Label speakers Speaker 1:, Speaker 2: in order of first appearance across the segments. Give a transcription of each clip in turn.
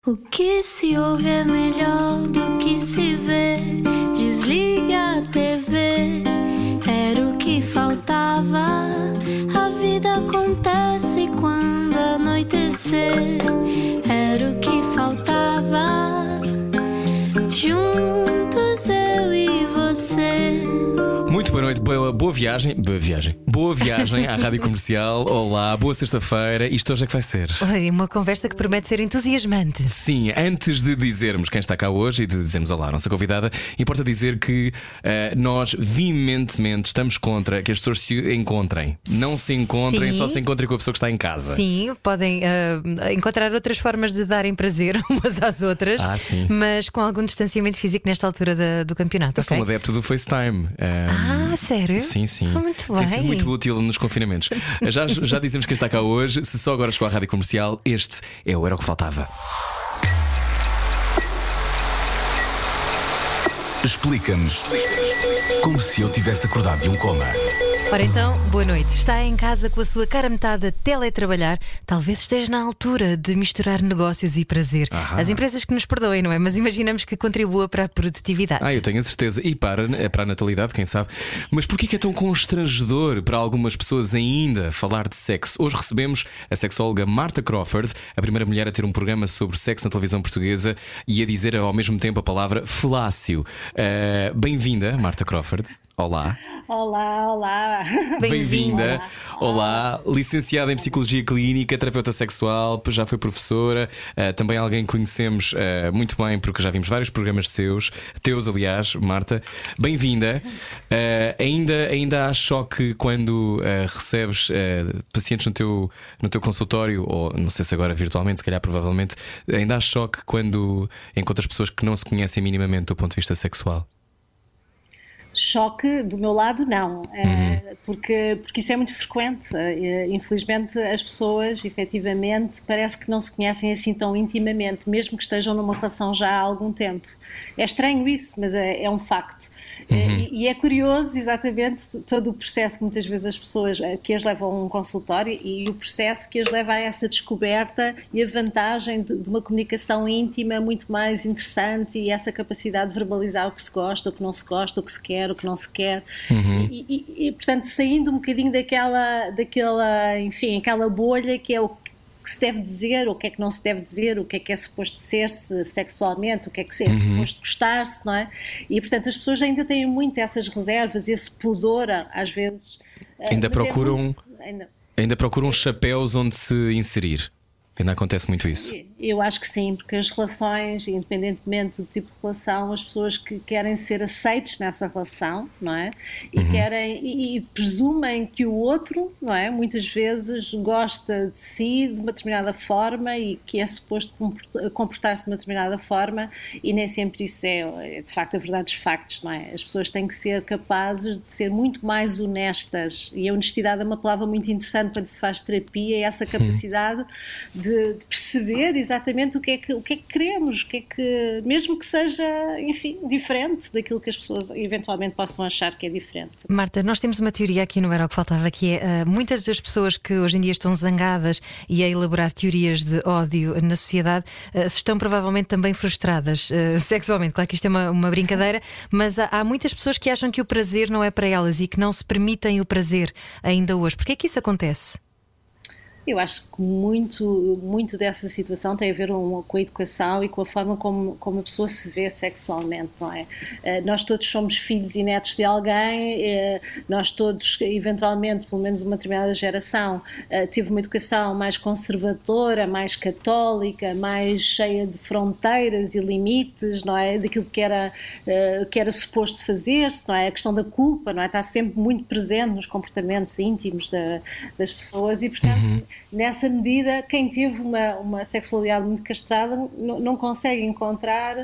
Speaker 1: O que se ouve é melhor do que se vê. Desliga a TV, era o que faltava. A vida acontece quando anoitecer, era o que faltava. Juntos eu e você.
Speaker 2: Muito boa noite, boa viagem. Boa viagem à Rádio Comercial. Olá, boa sexta-feira. Isto hoje é que vai ser
Speaker 3: uma conversa que promete ser entusiasmante.
Speaker 2: Sim, antes de dizermos quem está cá hoje e de dizermos olá à nossa convidada, importa dizer que nós veementemente estamos contra que as pessoas se encontrem. Não se encontrem,
Speaker 3: Sim.
Speaker 2: só se encontrem com a pessoa que está em casa.
Speaker 3: Sim, podem encontrar outras formas de darem prazer umas às outras,
Speaker 2: sim.
Speaker 3: mas com algum distanciamento físico nesta altura do campeonato.
Speaker 2: Eu sou um adepto do FaceTime.
Speaker 3: Sério?
Speaker 2: Sim.
Speaker 3: Muito
Speaker 2: Tem
Speaker 3: bem.
Speaker 2: sido muito útil nos confinamentos. Já dizemos quem está cá hoje. Se só agora chegou à Rádio Comercial, este era o que faltava.
Speaker 4: Explica-nos como se eu tivesse acordado de um coma.
Speaker 3: Ora então, boa noite. Está em casa com a sua cara metade a teletrabalhar. Talvez esteja na altura de misturar negócios e prazer. As empresas que nos perdoem, não é? Mas imaginamos que contribua para a produtividade.
Speaker 2: Eu tenho a certeza. E para a natalidade, quem sabe. Mas porquê que é tão constrangedor para algumas pessoas ainda falar de sexo? Hoje recebemos a sexóloga Marta Crawford, a primeira mulher a ter um programa sobre sexo na televisão portuguesa e a dizer ao mesmo tempo a palavra felácio. Bem-vinda, Marta Crawford. Olá.
Speaker 5: Olá.
Speaker 2: Bem-vinda. Olá, licenciada em Psicologia Clínica, terapeuta sexual, já foi professora, também alguém que conhecemos muito bem porque já vimos vários programas teus, aliás, Marta. Bem-vinda. Ainda há choque quando recebes pacientes no teu consultório, ou não sei se agora virtualmente, se calhar provavelmente, ainda há choque quando encontras pessoas que não se conhecem minimamente do ponto de vista sexual?
Speaker 5: Choque do meu lado não, porque isso é muito frequente. Infelizmente as pessoas efetivamente parece que não se conhecem assim tão intimamente, mesmo que estejam numa relação já há algum tempo. É estranho isso, mas é um facto. E é curioso exatamente todo o processo que muitas vezes as pessoas que as levam a um consultório e o processo que as leva a essa descoberta e a vantagem de uma comunicação íntima muito mais interessante e essa capacidade de verbalizar o que se gosta, o que não se gosta, o que se quer, o que não se quer. E portanto, saindo um bocadinho aquela bolha que é o que se deve dizer, o que é que não se deve dizer, o que é suposto ser-se sexualmente, o que é suposto gostar-se, não é? E portanto as pessoas ainda têm muito essas reservas, esse pudor às vezes.
Speaker 2: Ainda procuram chapéus onde se inserir. Ainda acontece muito isso.
Speaker 5: Eu acho que sim, porque as relações, independentemente do tipo de relação, as pessoas que querem ser aceites nessa relação, não é? E presumem que o outro, não é? Muitas vezes gosta de si de uma determinada forma e que é suposto comportar-se de uma determinada forma e nem sempre isso é de facto a verdade dos factos, não é? As pessoas têm que ser capazes de ser muito mais honestas e a honestidade é uma palavra muito interessante quando se faz terapia, é essa capacidade de perceber exatamente o que é que queremos, mesmo que seja, enfim, diferente daquilo que as pessoas eventualmente possam achar que é diferente.
Speaker 3: Marta, nós temos uma teoria aqui no Era o que Faltava, que é muitas das pessoas que hoje em dia estão zangadas e a elaborar teorias de ódio na sociedade estão provavelmente também frustradas sexualmente. Claro que isto é uma brincadeira, mas há muitas pessoas que acham que o prazer não é para elas e que não se permitem o prazer ainda hoje. Porquê é que isso acontece?
Speaker 5: Eu acho que muito dessa situação tem a ver com a educação e com a forma como a pessoa se vê sexualmente, não é? Nós todos somos filhos e netos de alguém, nós todos, eventualmente, pelo menos uma determinada geração, teve uma educação mais conservadora, mais católica, mais cheia de fronteiras e limites, não é? Daquilo que era suposto fazer-se, não é? A questão da culpa, não é? Está sempre muito presente nos comportamentos íntimos das pessoas e, portanto, nessa medida, quem teve uma sexualidade muito castrada não consegue encontrar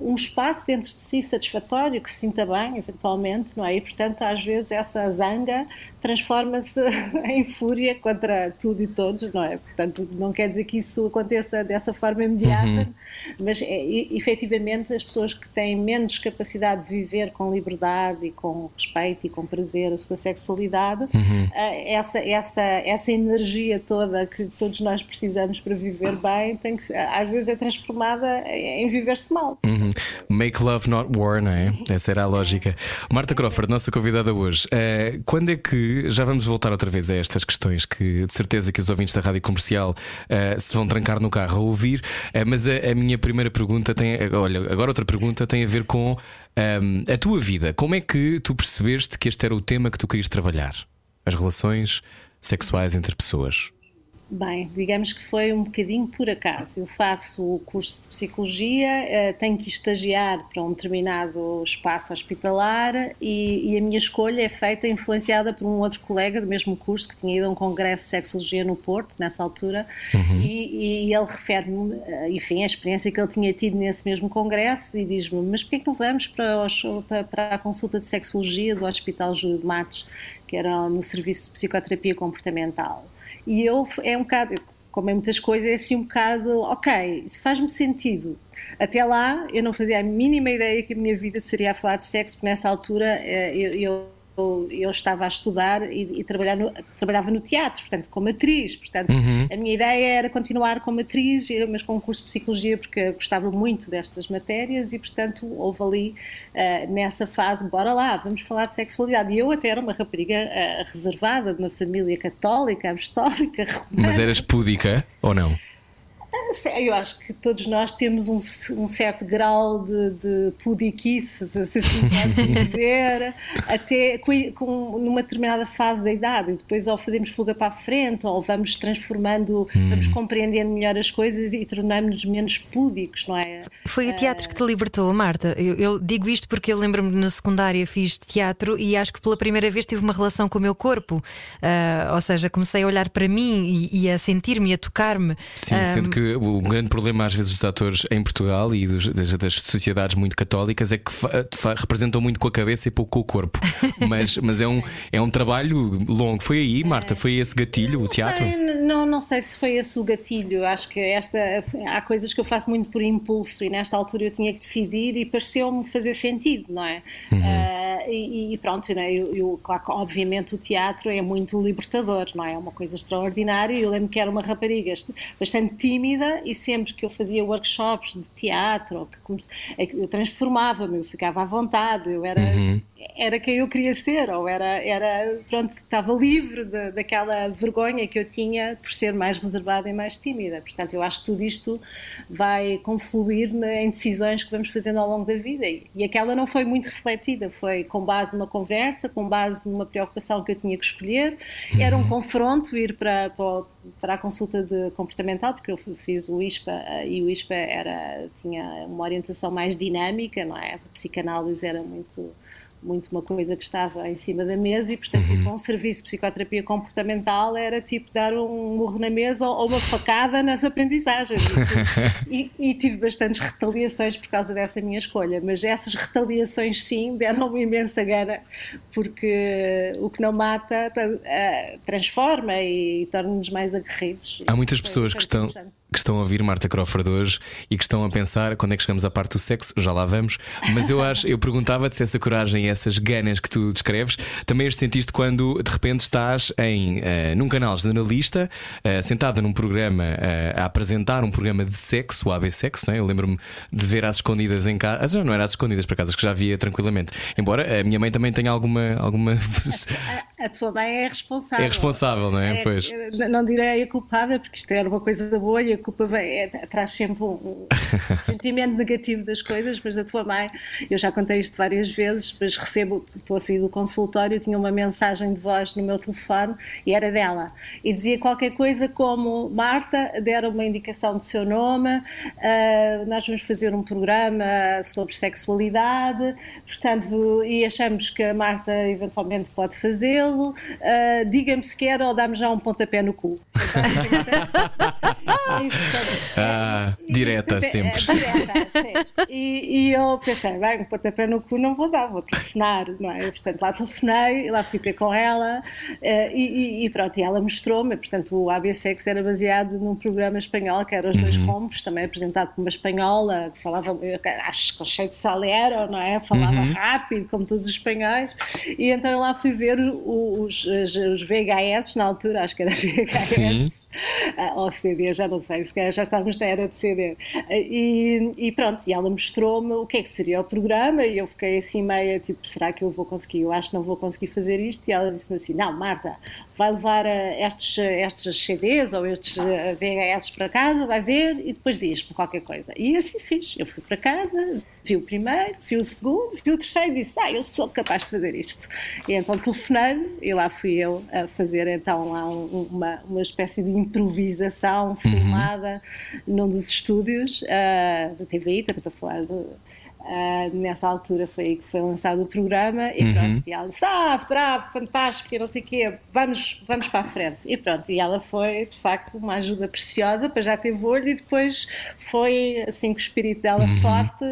Speaker 5: um espaço dentro de si satisfatório, que se sinta bem, eventualmente, não é? E, portanto, às vezes essa zanga transforma-se em fúria contra tudo e todos, não é? Portanto, não quer dizer que isso aconteça dessa forma imediata, mas efetivamente as pessoas que têm menos capacidade de viver com liberdade e com respeito e com prazer a sua sexualidade, essa energia toda que todos nós precisamos para viver bem, às vezes é transformada em viver-se mal.
Speaker 2: Make love not war, não é? Essa era a lógica. Marta Crawford, nossa convidada hoje. Quando é que, já vamos voltar outra vez a estas questões que de certeza que os ouvintes da Rádio Comercial se vão trancar no carro a ouvir, mas a minha primeira pergunta agora outra pergunta tem a ver com a tua vida. Como é que tu percebeste que este era o tema que tu querias trabalhar? As relações sexuais entre pessoas.
Speaker 5: Bem, digamos que foi um bocadinho por acaso. Eu faço o curso de Psicologia, tenho que estagiar para um determinado espaço hospitalar e a minha escolha é feita influenciada por um outro colega do mesmo curso que tinha ido a um congresso de Sexologia no Porto, nessa altura, e ele refere-me, enfim, a experiência que ele tinha tido nesse mesmo congresso e diz-me, mas porquê que não vamos para a consulta de Sexologia do Hospital Júlio de Matos, que era no Serviço de Psicoterapia Comportamental? E é um bocado, como é muitas coisas, é assim um bocado, ok, isso faz-me sentido. Até lá eu não fazia a mínima ideia que a minha vida seria a falar de sexo, porque nessa altura eu estava a estudar e trabalhava no teatro, portanto, como atriz. Portanto, a minha ideia era continuar como atriz, mas com um curso de Psicologia, porque gostava muito destas matérias e, portanto, houve ali, nessa fase, bora lá, vamos falar de sexualidade. E eu até era uma rapariga reservada, de uma família católica, apostólica, romana.
Speaker 2: Mas eras púdica ou não?
Speaker 5: Eu acho que todos nós temos um certo grau de pudiquice, se assim pode dizer, até numa determinada fase da idade. E depois ou fazemos fuga para a frente, ou vamos transformando, vamos compreendendo melhor as coisas e tornamos-nos menos púdicos, não é?
Speaker 3: Foi o teatro que te libertou, Marta. Eu digo isto porque eu lembro-me na secundária fiz teatro e acho que pela primeira vez tive uma relação com o meu corpo. Ou seja, comecei a olhar para mim e a sentir-me, a tocar-me.
Speaker 2: Sim, sendo que o grande problema às vezes dos atores em Portugal e das sociedades muito católicas é que representam muito com a cabeça e pouco com o corpo. Mas é um trabalho longo. Foi aí, Marta? Foi esse gatilho, o teatro?
Speaker 5: Não sei se foi esse o gatilho. Acho que há coisas que eu faço muito por impulso e nesta altura eu tinha que decidir e pareceu-me fazer sentido, não é? E pronto, né? Claro que obviamente o teatro é muito libertador, não é? É uma coisa extraordinária. Eu lembro que era uma rapariga bastante tímida e sempre que eu fazia workshops de teatro, eu transformava-me, eu ficava à vontade, eu era quem eu queria ser, ou pronto, estava livre daquela vergonha que eu tinha por ser mais reservada e mais tímida. Portanto, eu acho que tudo isto vai confluir em decisões que vamos fazendo ao longo da vida e aquela não foi muito refletida, foi com base numa conversa, com base numa preocupação que eu tinha que escolher, era um confronto ir para a consulta comportamental, porque eu fiz o ISPA e o ISPA tinha uma orientação mais dinâmica, não é? A psicanálise era muito uma coisa que estava em cima da mesa e, portanto, com um serviço de psicoterapia comportamental era tipo dar um murro na mesa ou uma facada nas aprendizagens. E tive bastantes retaliações por causa dessa minha escolha, mas essas retaliações, sim, deram-me imensa gana, porque o que não mata transforma e torna-nos mais aguerridos.
Speaker 2: Há muitas pessoas que estão a ouvir Marta Crawford hoje e que estão a pensar quando é que chegamos à parte do sexo, já lá vamos. Mas eu perguntava-te se essa coragem e essas ganas que tu descreves também as sentiste quando de repente estás num canal jornalista, sentada num programa a apresentar um programa de sexo, o AB Sexo, não é? Eu lembro-me de ver às escondidas em casa. Não era às escondidas, por acaso, que já via tranquilamente. Embora a minha mãe também tenha alguma...
Speaker 5: A tua mãe é responsável.
Speaker 2: É responsável, não é? Pois.
Speaker 5: Não direi a culpada, porque isto era uma coisa boa e a culpa traz sempre um sentimento negativo das coisas, mas a tua mãe, eu já contei isto várias vezes, mas estou a sair do consultório, tinha uma mensagem de voz no meu telefone e era dela. E dizia qualquer coisa como: Marta, deram uma indicação do seu nome, nós vamos fazer um programa sobre sexualidade, portanto, e achamos que a Marta eventualmente pode fazê-lo. cabelo, diga-me se quer ou dá-me já um pontapé no cu.
Speaker 2: Direta sempre.
Speaker 5: E eu pensei, bem, um pontapé no cu não vou dar, vou telefonar, não é? Portanto, lá telefonei, lá fui ter com ela e pronto, e ela mostrou-me. Portanto, o AB-Sex era baseado num programa espanhol que era Os Dois Rompos, também apresentado por uma espanhola que falava, acho que cheio de salero, não é? Falava rápido, como todos os espanhóis. E então eu lá fui ver os VHS na altura, acho que era VHS.
Speaker 2: Sim.
Speaker 5: Ou CD, já não sei, já estávamos na era de CD. E pronto, e ela mostrou-me o que é que seria o programa e eu fiquei assim meio tipo, será que eu vou conseguir? Eu acho que não vou conseguir fazer isto. E ela disse-me assim, não, Marta, vai levar estes CDs ou estes VHS para casa, vai ver e depois diz-me qualquer coisa. E assim fiz, eu fui para casa, vi o primeiro, vi o segundo, vi o terceiro e disse, eu sou capaz de fazer isto. E então telefonei e lá fui eu a fazer então lá uma espécie de improvisação filmada num dos estúdios da TVI, estamos a falar nessa altura foi aí que foi lançado o programa e pronto, e ela disse, bravo, fantástico e não sei o quê, vamos para a frente e pronto, e ela foi de facto uma ajuda preciosa, para já teve olho e depois foi assim com o espírito dela forte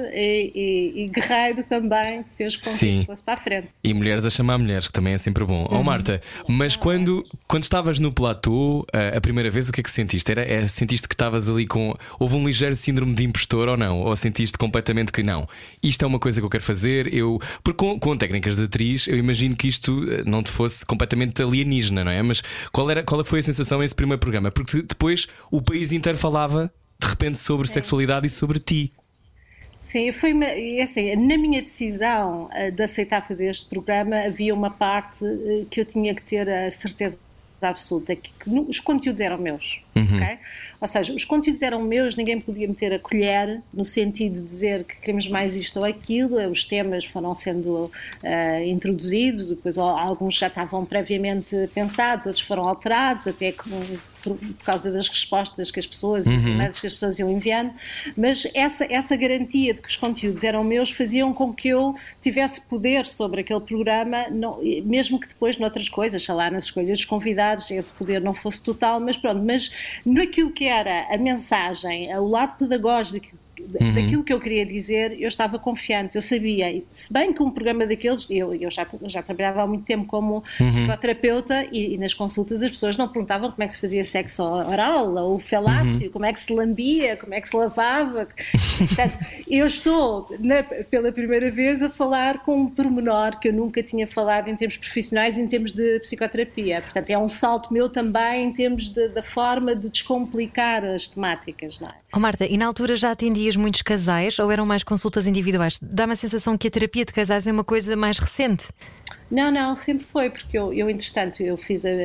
Speaker 5: e guerreiro também, fez com que isto fosse para a frente.
Speaker 2: E mulheres a chamar mulheres, que também é sempre bom. Marta, mas quando estavas no platô a primeira vez, o que é que sentiste? Sentiste que estavas ali houve um ligeiro síndrome de impostor ou não? Ou sentiste completamente que não? Isto é uma coisa que eu quero fazer. Porque com técnicas de atriz, eu imagino que isto não te fosse completamente alienígena, não é? Mas qual foi a sensação nesse primeiro programa? Porque depois o país inteiro falava de repente sobre sexualidade e sobre ti.
Speaker 5: Sim, assim, na minha decisão de aceitar fazer este programa havia uma parte que eu tinha que ter a certeza absoluta que os conteúdos eram meus, ok? Ou seja, os conteúdos eram meus, ninguém podia meter a colher no sentido de dizer que queremos mais isto ou aquilo, os temas foram sendo introduzidos, depois alguns já estavam previamente pensados, outros foram alterados, até por causa das respostas que as pessoas e os e-mails que as pessoas iam enviando, mas essa garantia de que os conteúdos eram meus faziam com que eu tivesse poder sobre aquele programa, mesmo que depois noutras coisas, sei lá, nas escolhas dos convidados, esse poder não fosse total, mas pronto, mas naquilo que era a mensagem, o lado pedagógico daquilo que eu queria dizer, eu estava confiante, eu sabia, se bem que um programa daqueles, eu já trabalhava há muito tempo como psicoterapeuta e nas consultas as pessoas não perguntavam como é que se fazia sexo oral ou felácio, como é que se lambia, como é que se lavava. Portanto, eu estou pela primeira vez a falar com um pormenor que eu nunca tinha falado em termos profissionais, em termos de psicoterapia. Portanto, é um salto meu também em termos da forma de descomplicar as temáticas, não é?
Speaker 3: Marta, e na altura já atendias muitos casais ou eram mais consultas individuais? Dá-me a sensação que a terapia de casais é uma coisa mais recente.
Speaker 5: Não, sempre foi, porque eu entretanto, eu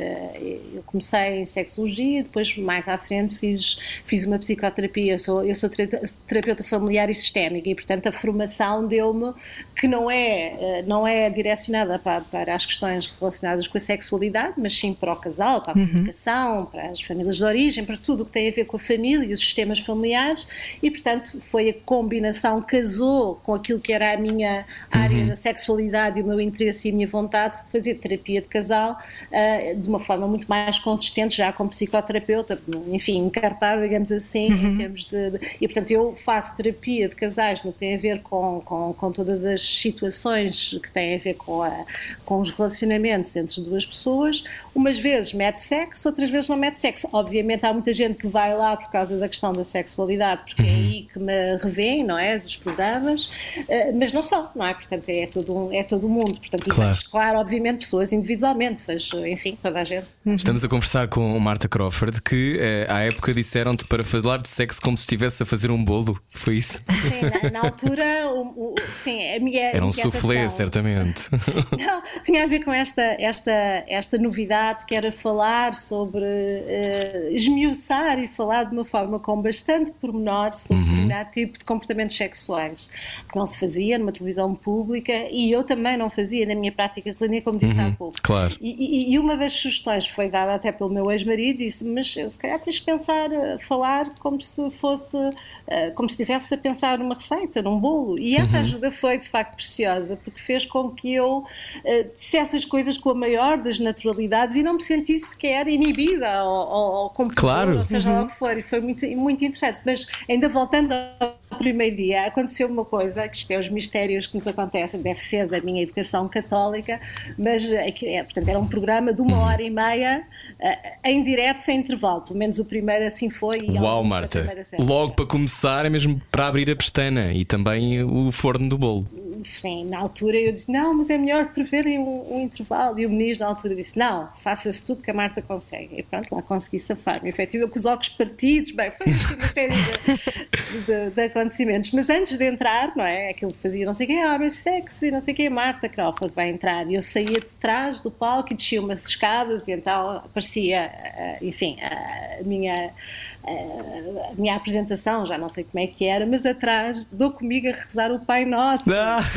Speaker 5: comecei em sexologia, depois mais à frente fiz uma psicoterapia, eu sou terapeuta familiar e sistémica e portanto a formação deu-me que não é direcionada para as questões relacionadas com a sexualidade, mas sim para o casal, para a comunicação, para as famílias de origem, para tudo o que tem a ver com a família e os sistemas familiares e portanto foi a combinação, casou com aquilo que era a minha área da sexualidade e o meu interesse e a minha vontade de fazer terapia de casal de uma forma muito mais consistente, já como psicoterapeuta, enfim, encartada, digamos assim, em termos e portanto eu faço terapia de casais no que tem a ver com todas as situações que têm a ver com os relacionamentos entre duas pessoas, umas vezes mete sexo, outras vezes não mete sexo. Obviamente há muita gente que vai lá por causa da questão da sexualidade, porque é aí que me revêem, não é, dos programas, mas não só, não é? Portanto é todo o mundo, portanto claro, obviamente pessoas individualmente, mas enfim, toda a gente.
Speaker 2: Estamos a conversar com Marta Crawford, que à época disseram-te para falar de sexo como se estivesse a fazer um bolo, foi isso?
Speaker 5: Sim, na altura, sim, a minha
Speaker 2: era um soufflé, certamente.
Speaker 5: Não, tinha a ver com esta novidade que era falar sobre esmiuçar e falar de uma forma com bastante pormenor sobre determinado tipo de comportamentos sexuais que não se fazia numa televisão pública e eu também não fazia na minha prática clínica, como disse há pouco.
Speaker 2: Claro.
Speaker 5: E uma das sugestões foi dada até pelo meu ex-marido, disse, mas se calhar tens que pensar, falar como se fosse, como se estivesse a pensar numa receita, num bolo. E essa ajuda foi de facto preciosa, porque fez com que eu dissesse as coisas com a maior das naturalidades e não me sentisse sequer inibida ou computador, ou seja lá o que for. E foi muito, muito interessante. Mas ainda voltando ao primeiro dia, aconteceu uma coisa, que isto é os mistérios que nos acontecem, deve ser da minha educação católica, mas portanto, era um programa de 1h30 em direto, sem intervalo. Pelo menos o primeiro assim foi. E
Speaker 2: uau, Marta! Logo para começar é mesmo para abrir a pestana e também o forno do bolo.
Speaker 5: Sim, na altura eu disse, não, mas é melhor preverem um intervalo. E o ministro na altura disse, não, faça-se tudo que a Marta consegue. E pronto, lá consegui safar-me. Efetivo, com os óculos partidos, bem, foi assim uma série de acontecimentos. Mas antes de entrar, não é? Aquilo que fazia não sei quem, abre sexo e não sei quem, Marta Crawford vai entrar. E eu saía de trás do palco e descia umas escadas e então aparecia, enfim, a minha apresentação, já não sei como é que era, mas atrás dou comigo a rezar o Pai Nosso.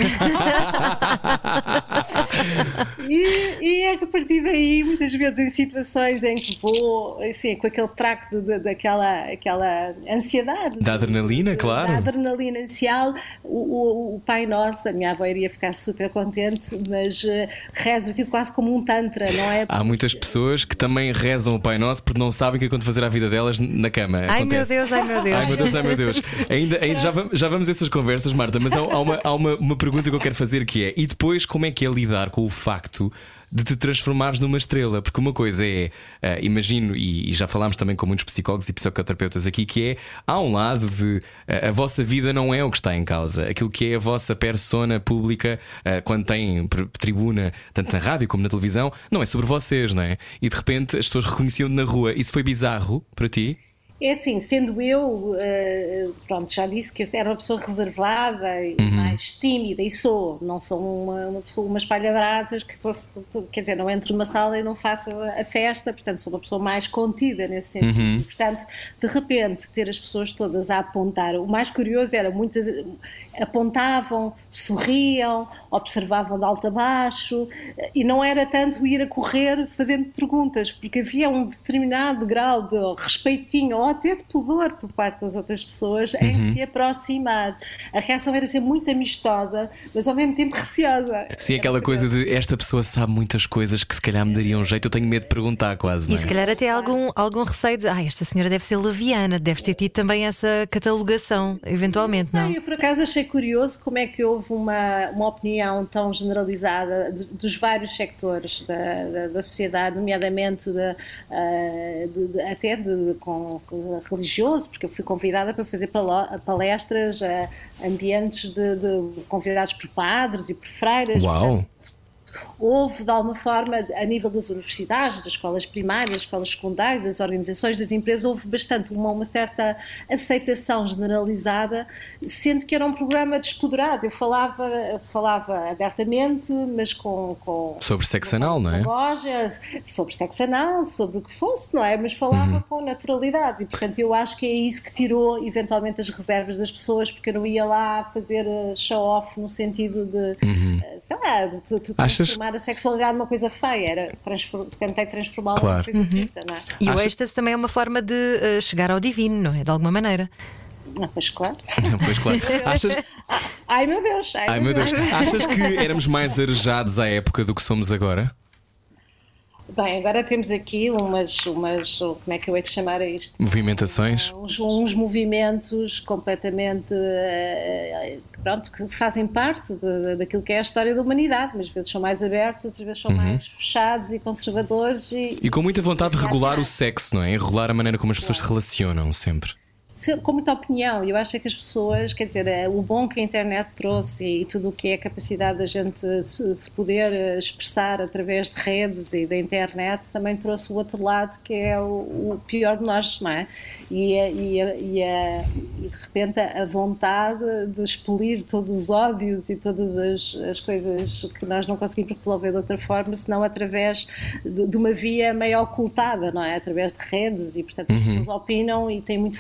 Speaker 5: E é que a partir daí, muitas vezes em situações em que vou assim, com aquele traque daquela ansiedade
Speaker 2: da adrenalina, claro,
Speaker 5: da adrenalina inicial, o Pai Nosso, a minha avó iria ficar super contente, mas rezo aquilo quase como um tantra, não é?
Speaker 2: Há muitas pessoas que também rezam o Pai Nosso porque não sabem o que é quando fazer a vida delas na cama.
Speaker 3: Ai
Speaker 2: acontece.
Speaker 3: meu Deus, ai meu Deus.
Speaker 2: Ai meu Deus, ai meu Deus. Ainda já vamos a essas conversas, Marta, mas há uma pergunta que eu quero fazer, que é: e depois como é que é lidar com o facto de te transformares numa estrela? Porque uma coisa é, imagino, e já falámos também com muitos psicólogos e psicoterapeutas aqui, que é, há um lado de a vossa vida não é o que está em causa. Aquilo que é a vossa persona pública, quando tem tribuna, tanto na rádio como na televisão, não é sobre vocês, não é? E de repente as pessoas reconheciam-te na rua. Isso foi bizarro para ti?
Speaker 5: É assim, sendo eu, pronto, já disse que eu era uma pessoa reservada e mais tímida, e não sou uma pessoa, uma espalha-brasas que fosse, quer dizer, não entro numa sala e não faço a festa, portanto sou uma pessoa mais contida nesse sentido. Portanto, de repente, ter as pessoas todas a apontar, o mais curioso era muitas apontavam, sorriam, observavam de alto a baixo, e não era tanto ir a correr fazendo perguntas, porque havia um determinado grau de respeitinho ou até de pudor por parte das outras pessoas em se aproximar. A reação era ser muito amistosa, mas ao mesmo tempo receosa.
Speaker 2: Sim, aquela coisa de esta pessoa sabe muitas coisas que se calhar me dariam jeito, eu tenho medo de perguntar quase, não é?
Speaker 3: E se calhar até algum receio de esta senhora deve ser leviana, deve ter tido também essa catalogação, eventualmente, não?
Speaker 5: Eu por acaso achei curioso como é que houve uma opinião tão generalizada dos vários sectores da sociedade, nomeadamente até com religioso, porque eu fui convidada para fazer palestras a ambientes de convidados por padres e por freiras.
Speaker 2: Uau!
Speaker 5: Houve, de alguma forma, a nível das universidades, das escolas primárias, das escolas secundárias, das organizações, das empresas, houve bastante uma certa aceitação generalizada, sendo que era um programa despoderado. Eu falava abertamente, mas
Speaker 2: sobre sexo anal, não é?
Speaker 5: Sobre sexo anal, sobre o que fosse, não é? Mas falava com naturalidade. E, portanto, eu acho que é isso que tirou, eventualmente, as reservas das pessoas, porque eu não ia lá fazer show-off no sentido de, sei lá, de transformar a sexualidade numa coisa feia. Tentei transformá-la numa coisa bonita, não é?
Speaker 3: E o êxtase também é uma forma de chegar ao divino, não é? De alguma maneira.
Speaker 5: Pois claro.
Speaker 2: Pois claro.
Speaker 5: Ai meu Deus.
Speaker 2: Achas que éramos mais arejados à época do que somos agora?
Speaker 5: Bem, agora temos aqui umas como é que eu hei de chamar a isto?
Speaker 2: Movimentações?
Speaker 5: Uns movimentos completamente, pronto, que fazem parte daquilo que é a história da humanidade, mas às vezes são mais abertos, outras vezes são mais fechados e conservadores. E
Speaker 2: com muita vontade de regular o sexo, não é? E regular a maneira como as pessoas se relacionam sempre.
Speaker 5: Com muita opinião. Eu acho que as pessoas, quer dizer, o bom que a internet trouxe e tudo o que é a capacidade da gente se poder expressar através de redes e da internet também trouxe o outro lado, que é o pior de nós, não é? E de repente a vontade de expelir todos os ódios e todas as coisas que nós não conseguimos resolver de outra forma, senão através de uma via meio ocultada, não é? Através de redes, e portanto as pessoas opinam e têm muito fel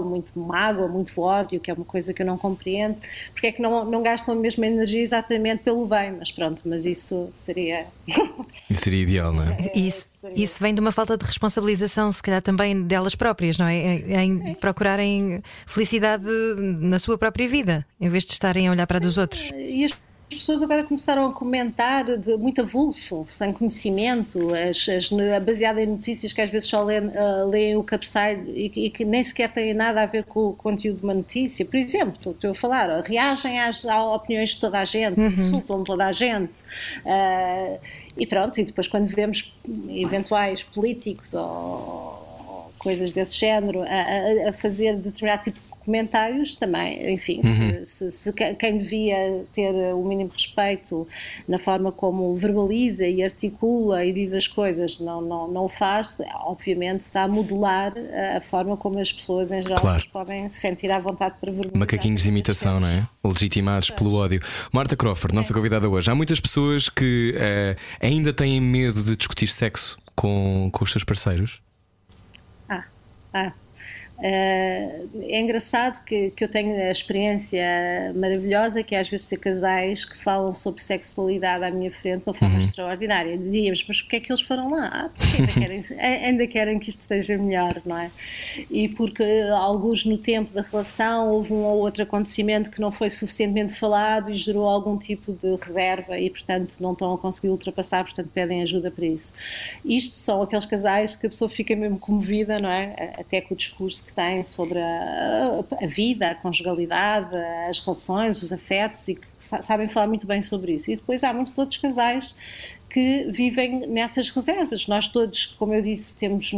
Speaker 5: muito mágoa, muito ódio, que é uma coisa que eu não compreendo, porque é que não gastam a mesma energia exatamente pelo bem, mas pronto, mas isso seria...
Speaker 2: Isso seria ideal, não é?
Speaker 3: Isso vem de uma falta de responsabilização, se calhar também delas próprias, não é? Em procurarem felicidade na sua própria vida, em vez de estarem a olhar para a dos outros.
Speaker 5: E as pessoas agora começaram a comentar de muito avulso, sem conhecimento, baseado em notícias que às vezes só leem o cabeçalho e que nem sequer têm nada a ver com o conteúdo de uma notícia. Por exemplo, estou a falar, reagem às opiniões de toda a gente, insultam toda a gente. E pronto, e depois quando vemos eventuais políticos ou coisas desse género a fazer determinado tipo de comentários também, enfim, quem devia ter o mínimo respeito na forma como verbaliza e articula e diz as coisas, não o faz, obviamente está a modelar a forma como as pessoas em geral podem sentir à vontade para verbalizar.
Speaker 2: Macaquinhos de imitação, não é? Legitimados pelo ódio. Marta Crawford, nossa convidada hoje. Há muitas pessoas que ainda têm medo de discutir sexo com os seus parceiros?
Speaker 5: É engraçado que eu tenho a experiência maravilhosa que é às vezes ter casais que falam sobre sexualidade à minha frente de uma forma extraordinária. Diríamos, mas porquê é que eles foram lá? Porque ainda querem que isto seja melhor, não é? E porque alguns no tempo da relação houve um ou outro acontecimento que não foi suficientemente falado e gerou algum tipo de reserva e portanto não estão a conseguir ultrapassar, portanto pedem ajuda para isso. Isto são aqueles casais que a pessoa fica mesmo comovida, não é? Até com o discurso que têm sobre a vida, a conjugalidade, as relações, os afetos e que sabem falar muito bem sobre isso. E depois há muitos outros casais que vivem nessas reservas. Nós todos, como eu disse, temos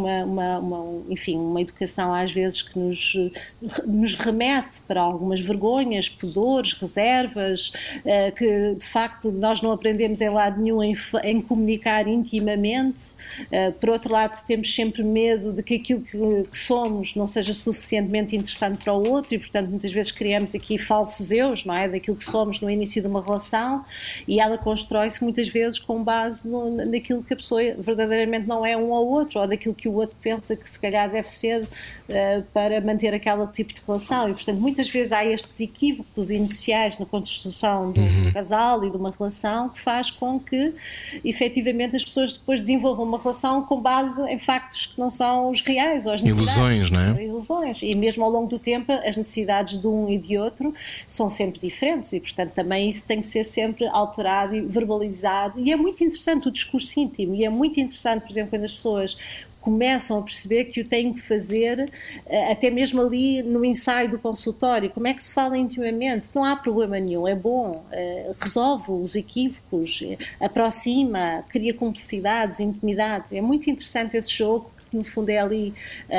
Speaker 5: uma educação às vezes que nos remete para algumas vergonhas, pudores, reservas, que de facto nós não aprendemos em lado nenhum em comunicar intimamente. Por outro lado, temos sempre medo de que aquilo que somos não seja suficientemente interessante para o outro e, portanto, muitas vezes criamos aqui falsos eus, não é? Daquilo que somos no início de uma relação e ela constrói-se muitas vezes com base naquilo que a pessoa verdadeiramente não é um ao outro ou daquilo que o outro pensa que se calhar deve ser para manter aquele tipo de relação e portanto muitas vezes há estes equívocos iniciais na construção de um casal e de uma relação que faz com que efetivamente as pessoas depois desenvolvam uma relação com base em factos que não são os reais ou as necessidades.
Speaker 2: Ilusões, não é?
Speaker 5: Ilusões. E mesmo ao longo do tempo as necessidades de um e de outro são sempre diferentes e portanto também isso tem que ser sempre alterado e verbalizado e é muito interessante o discurso íntimo e é muito interessante, por exemplo, quando as pessoas começam a perceber que o têm que fazer até mesmo ali no ensaio do consultório, como é que se fala intimamente, não há problema nenhum, é bom, resolve os equívocos, aproxima, cria cumplicidades, intimidade, é muito interessante esse jogo que no fundo é ali,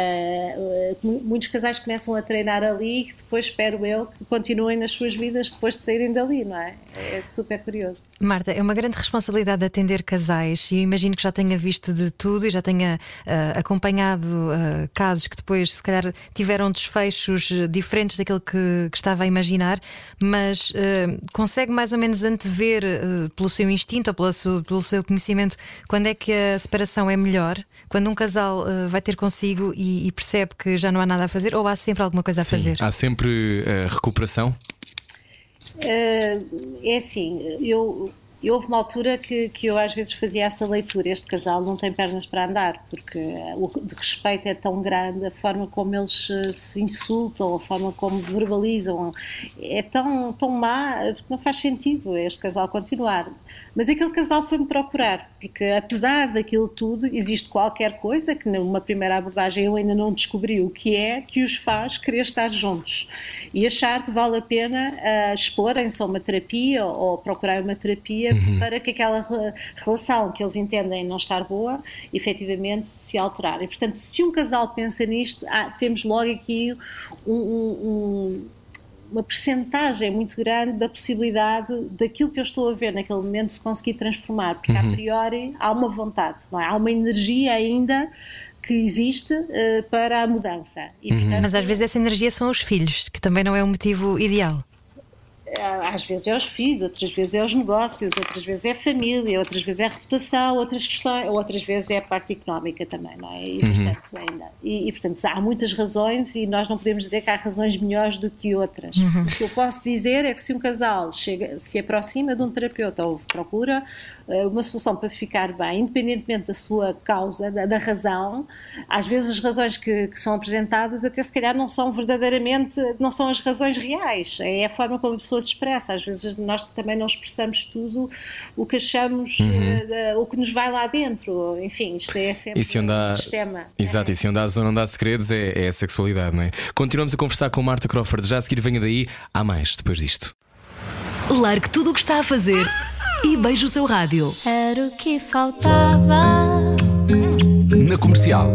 Speaker 5: muitos casais começam a treinar ali e que depois espero eu que continuem nas suas vidas depois de saírem dali, não é? É super curioso.
Speaker 3: Marta, é uma grande responsabilidade atender casais e eu imagino que já tenha visto de tudo e já tenha acompanhado casos que depois se calhar tiveram desfechos diferentes daquilo que estava a imaginar, mas consegue mais ou menos antever pelo seu instinto ou pelo seu conhecimento quando é que a separação é melhor? Quando um casal vai ter consigo e percebe que já não há nada a fazer ou há sempre alguma coisa a fazer?
Speaker 2: Há sempre recuperação?
Speaker 5: É assim, houve uma altura que eu às vezes fazia essa leitura, este casal não tem pernas para andar, porque o de respeito é tão grande, a forma como eles se insultam, a forma como verbalizam é tão má, porque não faz sentido este casal continuar. Mas aquele casal foi-me procurar, porque apesar daquilo tudo, existe qualquer coisa que numa primeira abordagem eu ainda não descobri o que é, que os faz querer estar juntos e achar que vale a pena explorem-se a uma terapia ou procurar uma terapia para que aquela relação que eles entendem não estar boa, efetivamente se alterar. E, portanto, se um casal pensa nisto, temos logo aqui uma percentagem muito grande da possibilidade daquilo que eu estou a ver naquele momento se conseguir transformar, porque a priori há uma vontade, não é? Há uma energia ainda que existe para a mudança. E, portanto,
Speaker 3: mas às vezes essa energia são os filhos, que também não é um motivo ideal.
Speaker 5: às vezes é os filhos, outras vezes é os negócios, outras vezes é a família, outras vezes é a reputação, outras questões, outras vezes é a parte económica também, não é? Portanto, há muitas razões e nós não podemos dizer que há razões melhores do que outras. O que eu posso dizer é que se um casal se aproxima de um terapeuta ou procura uma solução para ficar bem, independentemente da sua causa, da razão, às vezes as razões que são apresentadas até se calhar não são verdadeiramente, não são as razões reais, é a forma como a pessoa se expressa. Às vezes nós também não expressamos tudo o que achamos, o que nos vai lá dentro. Enfim, isto é sempre um sistema.
Speaker 2: Exato, e se onde há zona, onde há segredos é a sexualidade, não é? Continuamos a conversar com Marta Crawford. Já a seguir, venha daí, há mais depois disto.
Speaker 6: Largue tudo o que está a fazer e beije o seu rádio.
Speaker 1: Era o que faltava.
Speaker 4: Na Comercial.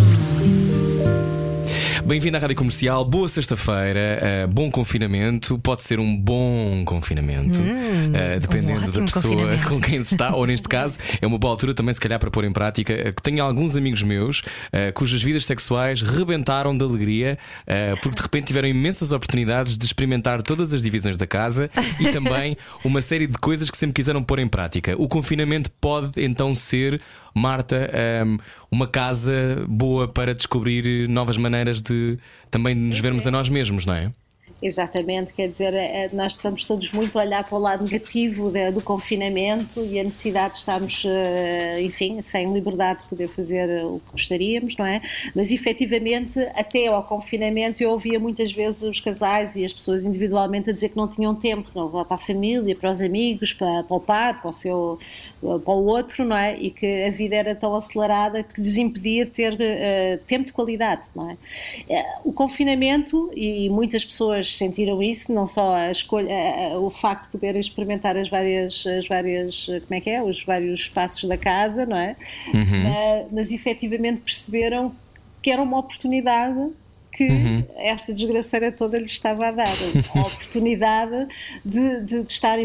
Speaker 2: Bem-vindo à Rádio Comercial, boa sexta-feira, bom confinamento, pode ser um bom confinamento, dependendo da pessoa com quem se está, ou neste caso, é uma boa altura também se calhar para pôr em prática, que tenho alguns amigos meus cujas vidas sexuais rebentaram de alegria, porque de repente tiveram imensas oportunidades de experimentar todas as divisões da casa e também uma série de coisas que sempre quiseram pôr em prática. O confinamento pode então ser, Marta, uma casa boa para descobrir novas maneiras de também nos vermos a nós mesmos, não é?
Speaker 5: Exatamente, quer dizer, nós estamos todos muito a olhar para o lado negativo do confinamento e a necessidade de estarmos, enfim, sem liberdade de poder fazer o que gostaríamos, não é? Mas efetivamente, até ao confinamento, eu ouvia muitas vezes os casais e as pessoas individualmente a dizer que não tinham tempo, não, para a família, para os amigos, para o par, para o outro, não é? E que a vida era tão acelerada que lhes impedia de ter tempo de qualidade, não é? O confinamento, e muitas pessoas sentiram isso, não só a escolha, o facto de poderem experimentar as várias, como é que é, os vários espaços da casa, não é? Mas efetivamente perceberam que era uma oportunidade que esta desgraceira toda lhes estava a dar, a oportunidade de estarem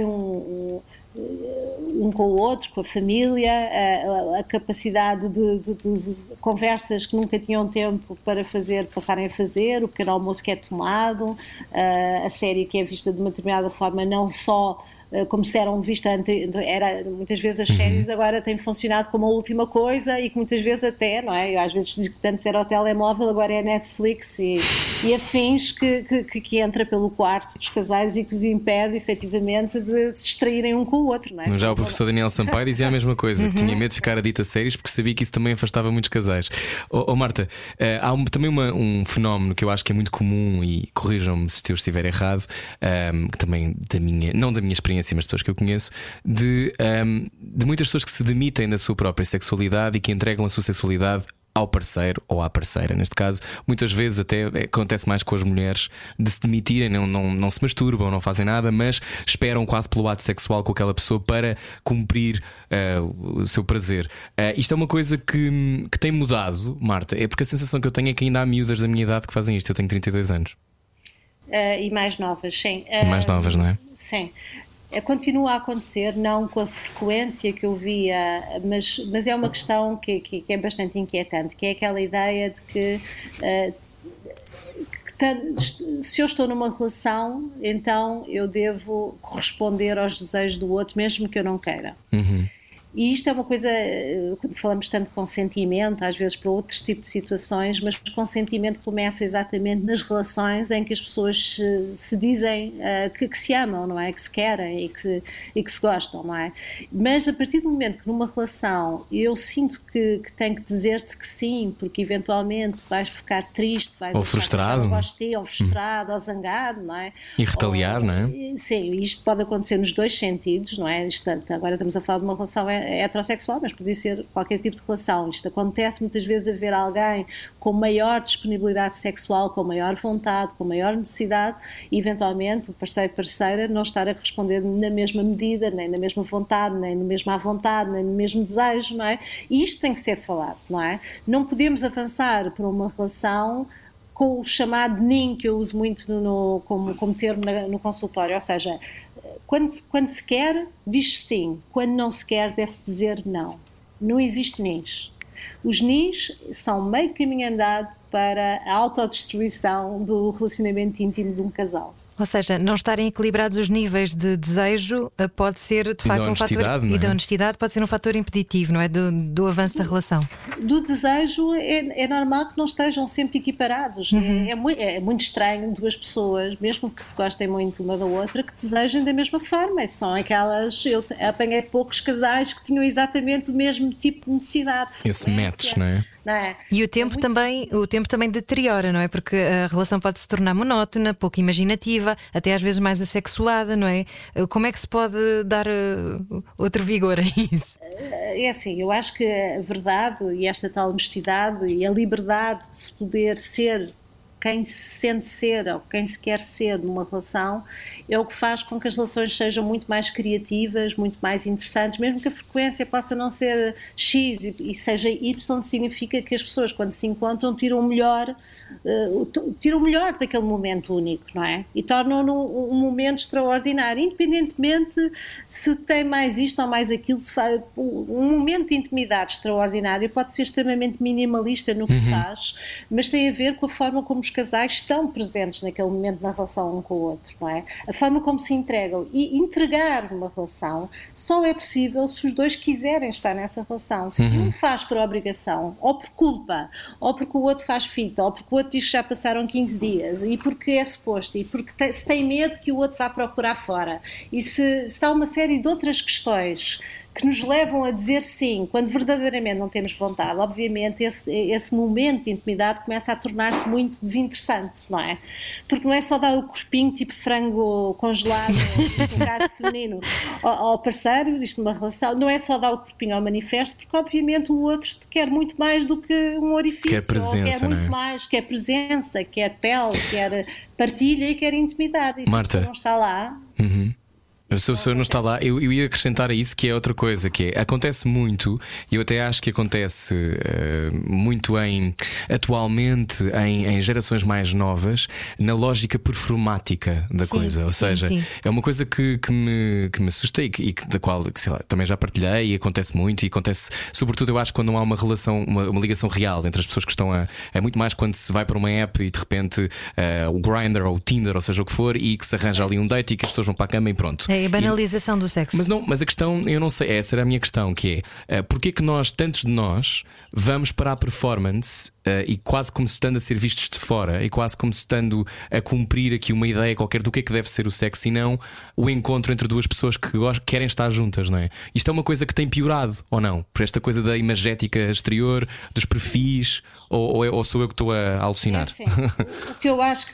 Speaker 5: um com o outro, com a família, a capacidade de conversas que nunca tinham tempo para passarem a fazer, o pequeno almoço que é tomado, a série que é vista de uma determinada forma, não só como se eram vistas muitas vezes as séries agora têm funcionado como a última coisa e que muitas vezes até, não é? Eu às vezes digo que antes era o telemóvel, agora é a Netflix e afins que entra pelo quarto dos casais e que os impede efetivamente de se distraírem um com o outro, não é?
Speaker 2: Já o professor Daniel Sampaio dizia a mesma coisa, que tinha medo de ficar adicto a séries porque sabia que isso também afastava muitos casais. Marta, há também um fenómeno que eu acho que é muito comum e corrijam-me se eu estiver errado, que também não da minha experiência, mas pessoas que eu conheço, de muitas pessoas que se demitem da sua própria sexualidade e que entregam a sua sexualidade ao parceiro ou à parceira. Neste caso, muitas vezes até acontece mais com as mulheres de se demitirem, não se masturbam, não fazem nada, mas esperam quase pelo ato sexual com aquela pessoa para cumprir o seu prazer. Isto é uma coisa que tem mudado, Marta, é porque a sensação que eu tenho é que ainda há miúdas da minha idade que fazem isto. Eu tenho 32 anos.
Speaker 5: E mais novas, sim.
Speaker 2: E mais novas, não é?
Speaker 5: Sim. Continua a acontecer, não com a frequência que eu via, mas é uma questão que é bastante inquietante, que é aquela ideia de que se eu estou numa relação, então eu devo corresponder aos desejos do outro, mesmo que eu não queira. E isto é uma coisa, quando falamos tanto de consentimento, às vezes para outros tipos de situações, mas o consentimento começa exatamente nas relações em que as pessoas se dizem que se amam, não é? Que se querem e que se gostam, não é? Mas a partir do momento que numa relação eu sinto que tenho que dizer-te que sim, porque eventualmente vais ficar triste, vais
Speaker 2: ou frustrado,
Speaker 5: ou frustrado, ou zangado, não é?
Speaker 2: E retaliar, não é?
Speaker 5: Sim, isto pode acontecer nos dois sentidos, não é? Agora estamos a falar de uma relação heterossexual, mas podia ser qualquer tipo de relação. Isto acontece muitas vezes a ver alguém com maior disponibilidade sexual, com maior vontade, com maior necessidade e eventualmente o parceiro ou parceira não estar a responder na mesma medida, nem na mesma vontade, nem na mesma vontade, nem no mesmo desejo, não é? E isto tem que ser falado, não é? Não podemos avançar para uma relação com o chamado NIN, que eu uso muito como termo no consultório, ou seja, quando se quer, diz sim, quando não se quer, deve-se dizer não. Não existe NINs. Os NINs são meio caminho andado para a autodestruição do relacionamento íntimo de um casal.
Speaker 3: Ou seja, não estarem equilibrados os níveis de desejo pode ser de facto um fator, e da honestidade pode ser um fator impeditivo, não é? Do avanço da relação.
Speaker 5: Do desejo é normal que não estejam sempre equiparados. É muito estranho duas pessoas, mesmo que se gostem muito uma da outra, que desejem da mesma forma. São aquelas. Eu apanhei poucos casais que tinham exatamente o mesmo tipo de necessidade.
Speaker 2: Esse match, não é?
Speaker 5: Não é?
Speaker 3: E o tempo também deteriora, não é? Porque a relação pode se tornar monótona, pouco imaginativa, até às vezes mais assexuada, não é? Como é que se pode dar outro vigor a isso?
Speaker 5: É assim, eu acho que a verdade e esta tal honestidade e a liberdade de se poder ser quem se sente ser ou quem se quer ser numa relação é o que faz com que as relações sejam muito mais criativas, muito mais interessantes, mesmo que a frequência possa não ser X e seja Y, significa que as pessoas quando se encontram tiram o melhor daquele momento único, não é? E tornam-no um momento extraordinário, independentemente se tem mais isto ou mais aquilo. Se faz, um momento de intimidade extraordinário pode ser extremamente minimalista no que se faz, mas tem a ver com a forma como os casais estão presentes naquele momento na relação um com o outro, não é? A forma como se entregam. E entregar uma relação só é possível se os dois quiserem estar nessa relação. Se um faz por obrigação, ou por culpa, ou porque o outro faz fita, ou porque o outro diz que já passaram 15 dias, e porque é suposto, e porque se tem medo que o outro vá procurar fora, e se há uma série de outras questões que nos levam a dizer sim, quando verdadeiramente não temos vontade, obviamente esse momento de intimidade começa a tornar-se muito desinteressante, não é? Porque não é só dar o corpinho tipo frango congelado, no caso feminino, ao parceiro, isto numa relação, não é só dar o corpinho ao manifesto, porque obviamente o outro quer muito mais do que um orifício.
Speaker 2: Quer presença,
Speaker 5: quer muito mais, quer presença, quer pele, quer partilha e quer intimidade. E se
Speaker 2: Marta,
Speaker 5: a pessoa não está lá...
Speaker 2: Se a pessoa não está lá, eu ia acrescentar a isso que é outra coisa, que é, acontece muito, e eu até acho que acontece muito atualmente em gerações mais novas, na lógica performática da coisa. Ou seja, é uma coisa que me assusta e da qual, sei lá, também já partilhei, e acontece muito, e acontece sobretudo, eu acho, quando não há uma relação, uma ligação real entre as pessoas que estão é muito mais quando se vai para uma app e de repente o Grindr ou o Tinder, ou seja o que for, e que se arranja ali um date e que as pessoas vão para a cama e pronto.
Speaker 3: É a banalização do sexo.
Speaker 2: Mas a questão, eu não sei, essa era a minha questão, que é porque é que nós, tantos de nós, vamos para a performance e quase como se estando a ser vistos de fora, e quase como se estando a cumprir aqui uma ideia qualquer do que é que deve ser o sexo, e não o encontro entre duas pessoas que querem estar juntas, não é? Isto é uma coisa que tem piorado, ou não? Por esta coisa da imagética exterior, dos perfis, ou sou eu que estou a alucinar?
Speaker 5: É assim, o que eu acho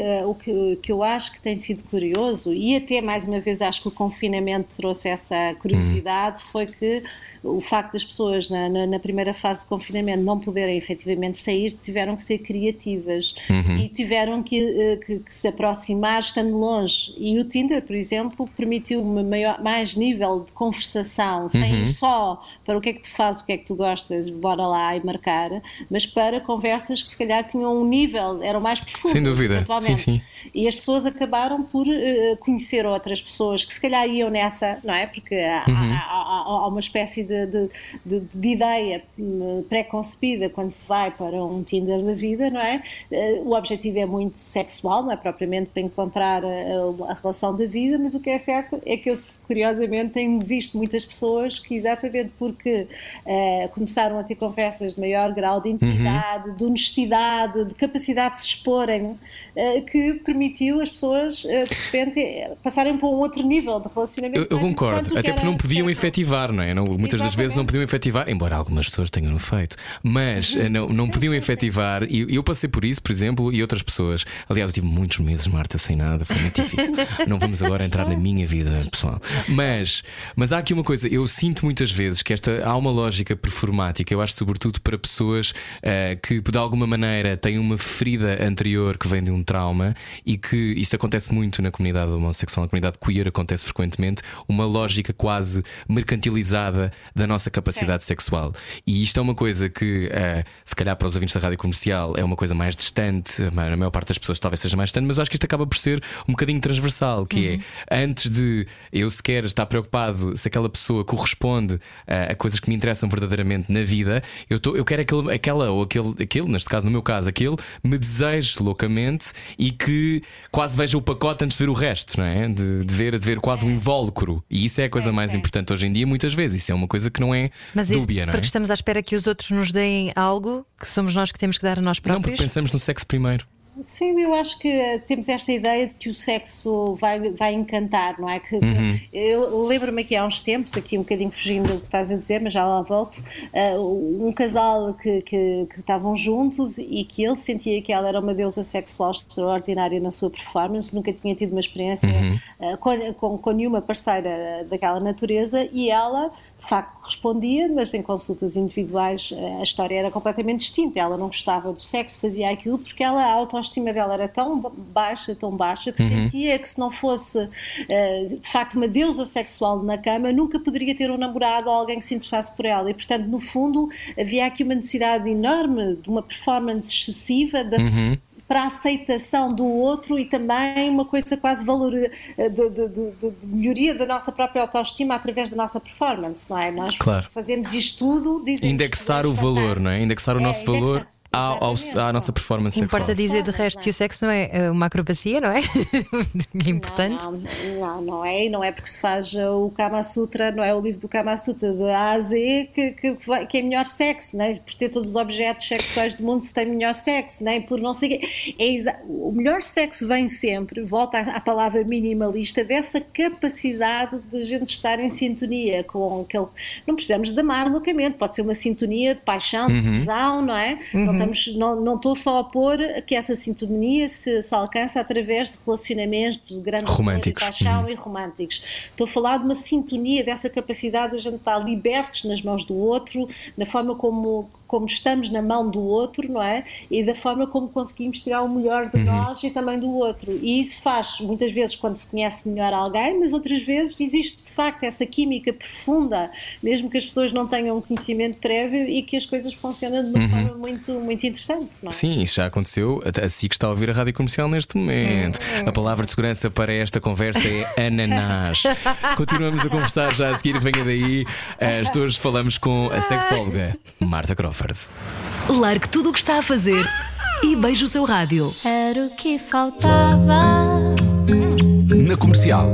Speaker 5: que tem sido curioso, e até mais uma vez acho que o confinamento trouxe essa curiosidade, foi que o facto das pessoas na primeira fase do confinamento não poderem efetivamente sair, tiveram que ser criativas e tiveram que se aproximar estando longe. E o Tinder, por exemplo, permitiu mais nível de conversação, sem ir só para o que é que tu fazes, o que é que tu gostas, bora lá e marcar, mas para conversas que se calhar tinham um nível, eram mais profundas.
Speaker 2: Sem dúvida, sim.
Speaker 5: E as pessoas acabaram por conhecer outras pessoas que se calhar iam nessa, não é? Porque há uma espécie de ideia pré-concebida quando se vai para um Tinder da vida, não é? O objetivo é muito sexual, não é propriamente para encontrar a relação da vida, mas o que é certo é que eu curiosamente tenho visto muitas pessoas que, exatamente porque começaram a ter conversas de maior grau de intimidade, de honestidade, de capacidade de se exporem, que permitiu as pessoas de repente passarem para um outro nível de relacionamento.
Speaker 2: Eu concordo, até porque não podiam efetivar, não é? Muitas das vezes não podiam efetivar, embora algumas pessoas tenham feito, mas não podiam efetivar, e eu passei por isso, por exemplo, e outras pessoas. Aliás, eu tive muitos meses, Marta, sem nada, foi muito difícil. Não vamos agora entrar na minha vida pessoal. Mas há aqui uma coisa, eu sinto muitas vezes que há uma lógica performática, eu acho sobretudo para pessoas que de alguma maneira têm uma ferida anterior que vem de um trauma, e que isto acontece muito na comunidade homossexual, na comunidade queer acontece frequentemente, uma lógica quase mercantilizada da nossa capacidade sexual. E isto é uma coisa que se calhar para os ouvintes da rádio comercial é uma coisa mais distante, a maior parte das pessoas talvez seja mais distante, mas eu acho que isto acaba por ser um bocadinho transversal, que é, antes de eu sequer estar preocupado se aquela pessoa corresponde a coisas que me interessam verdadeiramente na vida, eu quero aquele, neste caso, no meu caso, aquele, me deseje loucamente e que quase veja o pacote antes de ver o resto, não é? De ver quase um invólucro. E isso é a coisa mais importante hoje em dia, muitas vezes. Isso é uma coisa que não é dúbia, não é?
Speaker 3: Porque estamos à espera que os outros nos deem algo que somos nós que temos que dar a nós próprios.
Speaker 2: Não, porque pensamos no sexo primeiro.
Speaker 5: Sim, eu acho que temos esta ideia de que o sexo vai encantar, não é? Eu lembro-me aqui há uns tempos, aqui um bocadinho fugindo do que estás a dizer, mas já lá volto, um casal que estavam juntos e que ele sentia que ela era uma deusa sexual extraordinária na sua performance, nunca tinha tido uma experiência com nenhuma parceira daquela natureza, e ela de facto respondia, mas em consultas individuais a história era completamente distinta. Ela não gostava do sexo, fazia aquilo porque a autoestima dela era tão baixa, que sentia que se não fosse de facto uma deusa sexual na cama, nunca poderia ter um namorado ou alguém que se interessasse por ela. E portanto, no fundo, havia aqui uma necessidade enorme de uma performance excessiva para a aceitação do outro e também uma coisa quase de melhoria da nossa própria autoestima através da nossa performance, não é? Nós fazemos isto tudo,
Speaker 2: indexar o valor, não é? Indexar o nosso valor à nossa performance sexual.
Speaker 3: Importa dizer de resto que o sexo não é uma acrobacia, não é? É importante.
Speaker 5: Não é, e não é porque se faz o Kama Sutra, não é o livro do Kama Sutra de A a Z que é melhor sexo, não é? Por ter todos os objetos sexuais do mundo se tem melhor sexo, não é? Por não sei o melhor sexo vem sempre, volta à palavra minimalista, dessa capacidade de a gente estar em sintonia com aquele. Não precisamos de amar loucamente, pode ser uma sintonia de paixão, de tesão, não é? Não estou só a pôr que essa sintonia se alcança através de relacionamentos de grande
Speaker 2: românticos,
Speaker 5: paixão e românticos. Estou a falar de uma sintonia, dessa capacidade de a gente estar libertos nas mãos do outro, na forma como estamos na mão do outro, não é? E da forma como conseguimos tirar o melhor de nós e também do outro. E isso faz, muitas vezes, quando se conhece melhor alguém, mas outras vezes existe, de facto, essa química profunda, mesmo que as pessoas não tenham um conhecimento prévio e que as coisas funcionam de uma forma muito, muito interessante, não é?
Speaker 2: Sim, isso já aconteceu. A SIC está a ouvir a Rádio Comercial neste momento. A palavra de segurança para esta conversa é ananás. Continuamos a conversar já a seguir, venha daí. Hoje falamos com a sexóloga Marta Crawford.
Speaker 6: Largue tudo o que está a fazer e beije o seu rádio.
Speaker 1: Era o que faltava.
Speaker 4: Na Comercial.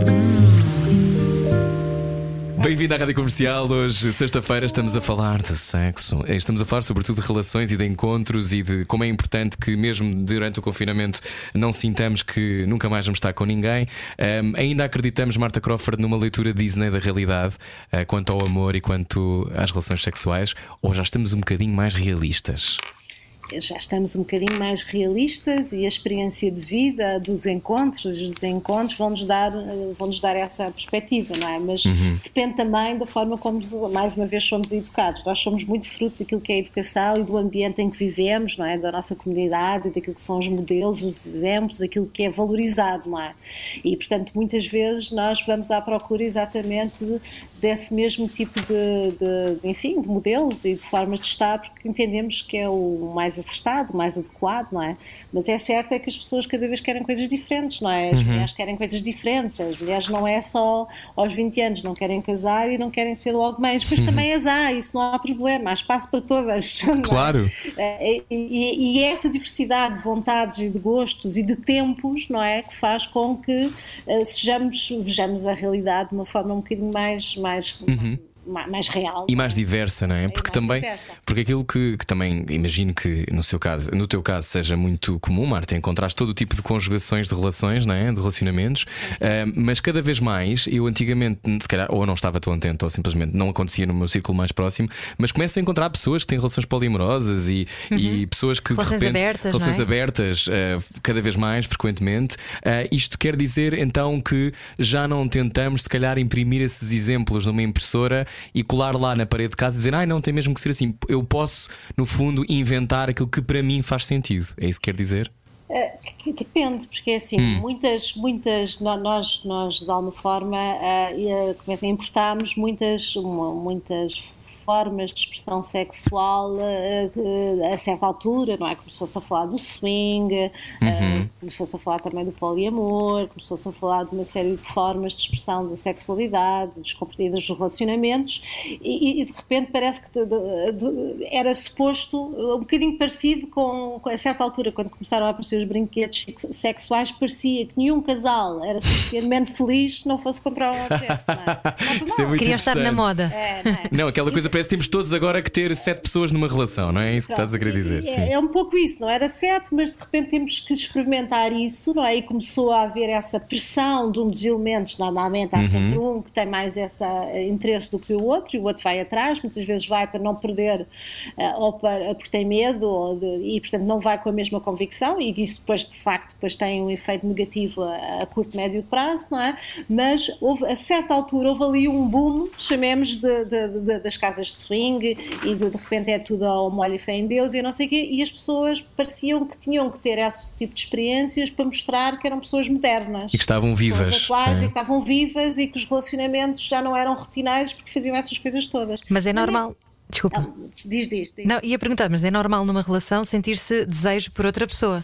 Speaker 2: Bem-vindo à Rádio Comercial. Hoje, sexta-feira, estamos a falar de sexo. Estamos a falar sobretudo de relações e de encontros e de como é importante que mesmo durante o confinamento não sintamos que nunca mais vamos estar com ninguém. Ainda acreditamos, Marta Crawford, numa leitura Disney da realidade quanto ao amor e quanto às relações sexuais, ou já estamos um bocadinho mais realistas?
Speaker 5: Já estamos um bocadinho mais realistas e a experiência de vida dos encontros, os desencontros vão-nos dar essa perspectiva, não é? Mas depende também da forma como, mais uma vez, somos educados. Nós somos muito fruto daquilo que é a educação e do ambiente em que vivemos, não é? Da nossa comunidade, daquilo que são os modelos, os exemplos, aquilo que é valorizado, não é? E, portanto, muitas vezes nós vamos à procura exatamente desse mesmo tipo de modelos e de formas de estar, porque entendemos que é o mais acertado, o mais adequado, não é? Mas é certo é que as pessoas cada vez querem coisas diferentes, não é? As mulheres querem coisas diferentes, as mulheres não é só aos 20 anos, não querem casar e não querem ser logo mães, depois também isso não há problema, há espaço para todas.
Speaker 2: Claro.
Speaker 5: E é essa diversidade de vontades e de gostos e de tempos, não é? Que faz com que vejamos a realidade de uma forma um bocadinho mais real.
Speaker 2: E mais diversa, não é? Porque também, porque aquilo que também imagino que no teu caso seja muito comum, Marta, encontraste todo o tipo de conjugações de relações, não é? De relacionamentos, mas cada vez mais, eu antigamente, se calhar, ou não estava tão atento, ou simplesmente não acontecia no meu círculo mais próximo, mas começo a encontrar pessoas que têm relações poliamorosas e pessoas que
Speaker 3: relações
Speaker 2: de repente,
Speaker 3: abertas,
Speaker 2: relações
Speaker 3: não é?
Speaker 2: abertas, cada vez mais frequentemente. Isto quer dizer então que já não tentamos, se calhar, imprimir esses exemplos numa impressora e colar lá na parede de casa e dizer, não tem mesmo que ser assim. Eu posso, no fundo, inventar aquilo que para mim faz sentido. É isso que quer dizer?
Speaker 5: Depende, porque assim, muitas nós de alguma forma importámos muitas formas de expressão sexual a certa altura, não é? Começou-se a falar do swing, começou-se a falar também do poliamor, começou-se a falar de uma série de formas de expressão da sexualidade, dos relacionamentos, e de repente parece que era suposto, um bocadinho parecido com a certa altura, quando começaram a aparecer os brinquedos sexuais, parecia que nenhum casal era suficientemente feliz se não fosse comprar um objeto, não é?
Speaker 2: Isso é muito
Speaker 3: Queriam estar na moda.
Speaker 2: Não, aquela coisa parece que temos todos agora que ter 7 pessoas numa relação, não é isso que estás a querer dizer?
Speaker 5: É um pouco isso, não era 7, mas de repente temos que experimentar isso, não é? E começou a haver essa pressão de um dos elementos, normalmente há sempre um que tem mais esse interesse do que o outro, e o outro vai atrás, muitas vezes vai para não perder, ou porque tem medo, e portanto não vai com a mesma convicção, e isso depois de facto tem um efeito negativo a curto, médio prazo, não é? Mas a certa altura houve ali um boom, chamemos das casas de swing, e de repente é tudo ao molho e fé em Deus e não sei o quê, e as pessoas pareciam que tinham que ter esse tipo de experiências para mostrar que eram pessoas modernas.
Speaker 2: E que estavam vivas.
Speaker 5: Pessoas atuais, e que estavam vivas, e que os relacionamentos já não eram rotineiros porque faziam essas coisas todas.
Speaker 3: Mas é normal. Desculpa.
Speaker 5: Não, diz.
Speaker 3: Não, ia perguntar, mas é normal numa relação sentir-se desejo por outra pessoa?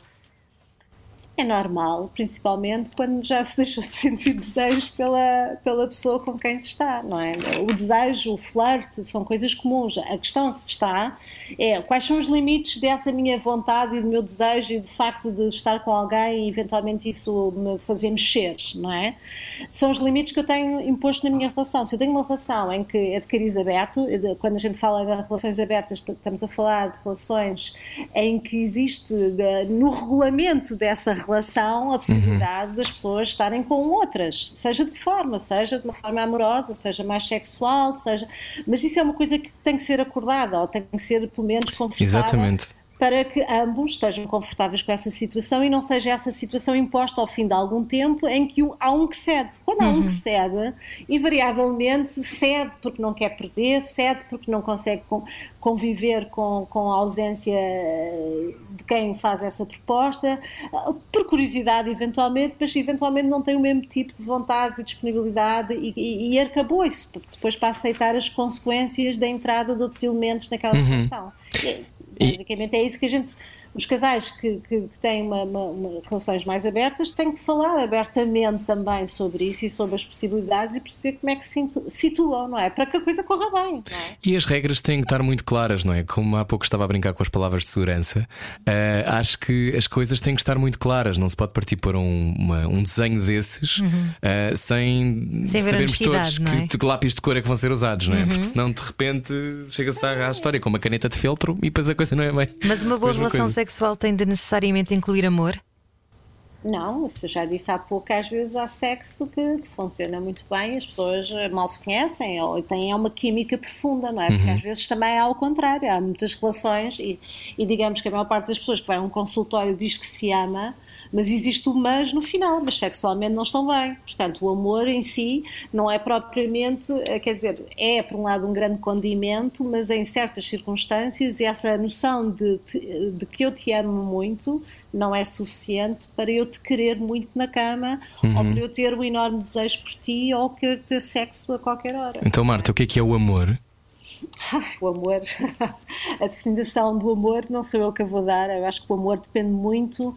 Speaker 5: É normal, principalmente quando já se deixou de sentir desejo pela pessoa com quem se está, não é? O desejo, o flerte, são coisas comuns. A questão que está é quais são os limites dessa minha vontade e do meu desejo e do facto de estar com alguém e eventualmente isso me fazer mexer, não é? São os limites que eu tenho imposto na minha relação. Se eu tenho uma relação em que é de cariz aberto, quando a gente fala de relações abertas, estamos a falar de relações em que existe no regulamento dessa relação a possibilidade das pessoas estarem com outras, seja de que forma, seja de uma forma amorosa, seja mais sexual, mas isso é uma coisa que tem que ser acordada ou tem que ser pelo menos conversada.
Speaker 2: Exatamente.
Speaker 5: Para que ambos estejam confortáveis com essa situação e não seja essa situação imposta ao fim de algum tempo em que há um que cede. Quando há um que cede, invariavelmente cede porque não quer perder, cede porque não consegue conviver com a ausência de quem faz essa proposta, por curiosidade eventualmente, mas eventualmente não tem o mesmo tipo de vontade e disponibilidade e acabou-se, porque depois para aceitar as consequências da entrada de outros elementos naquela relação. Basicamente é isso que os casais que têm relações mais abertas têm que falar abertamente também sobre isso e sobre as possibilidades e perceber como é que se situam, não é? Para que a coisa corra bem, não é?
Speaker 2: E as regras têm que estar muito claras, não é? Como há pouco estava a brincar com as palavras de segurança, acho que as coisas têm que estar muito claras. Não se pode partir para um desenho desses sem sabermos todos que lápis de cor é que vão ser usados, não é? Porque senão de repente chega-se à história com uma caneta de feltro e depois a coisa não é bem.
Speaker 3: Mas uma boa relação sexual tem de necessariamente incluir amor?
Speaker 5: Não, isso eu já disse há pouco, às vezes há sexo que funciona muito bem, as pessoas mal se conhecem ou têm uma química profunda, não é? Porque às vezes também há ao contrário, há muitas relações e digamos que a maior parte das pessoas que vai a um consultório diz que se ama, mas existe o mas no final, mas sexualmente não estão bem. Portanto, o amor em si não é propriamente, quer dizer, é por um lado um grande condimento, mas em certas circunstâncias essa noção de que eu te amo muito não é suficiente para eu te querer muito na cama ou para eu ter um enorme desejo por ti ou querer ter sexo a qualquer hora.
Speaker 2: Então, Marta, o que é o amor?
Speaker 5: O amor, a definição do amor não sou eu que a vou dar. Eu acho que o amor depende muito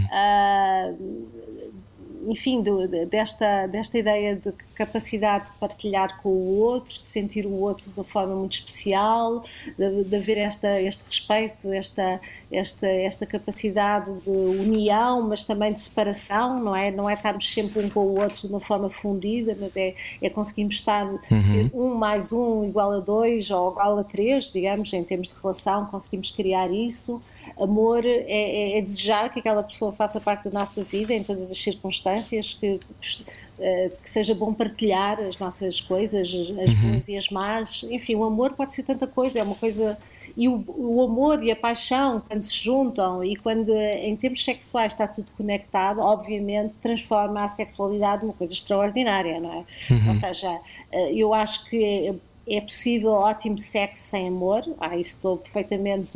Speaker 5: enfim, desta ideia de capacidade de partilhar com o outro, sentir o outro de uma forma muito especial, de haver este respeito, esta capacidade de união, mas também de separação, não é? Não é estarmos sempre um com o outro de uma forma fundida, mas é conseguirmos estar, ser 1 mais 1 igual a 2 ou igual a 3, digamos, em termos de relação, conseguimos criar isso. Amor é desejar que aquela pessoa faça parte da nossa vida em todas as circunstâncias, que seja bom partilhar as nossas coisas, as boas e as más. Enfim, o amor pode ser tanta coisa, é uma coisa. E o amor e a paixão, quando se juntam e quando em termos sexuais está tudo conectado, obviamente transforma a sexualidade numa coisa extraordinária, não é? Ou seja, eu acho que é possível ótimo sexo sem amor, isso estou perfeitamente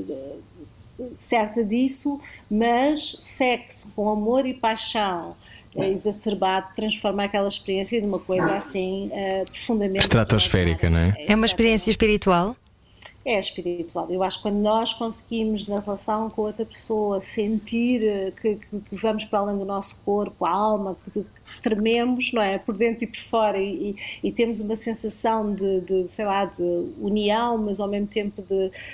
Speaker 5: certa disso, mas sexo com amor e paixão exacerbado, transforma aquela experiência numa coisa assim profundamente
Speaker 2: estratosférica, não é?
Speaker 3: É uma experiência espiritual?
Speaker 5: É espiritual. Eu acho que quando nós conseguimos, na relação com outra pessoa, sentir que vamos para além do nosso corpo, a alma, que trememos, não é? Por dentro e por fora, e temos uma sensação de, sei lá, de união, mas ao mesmo tempo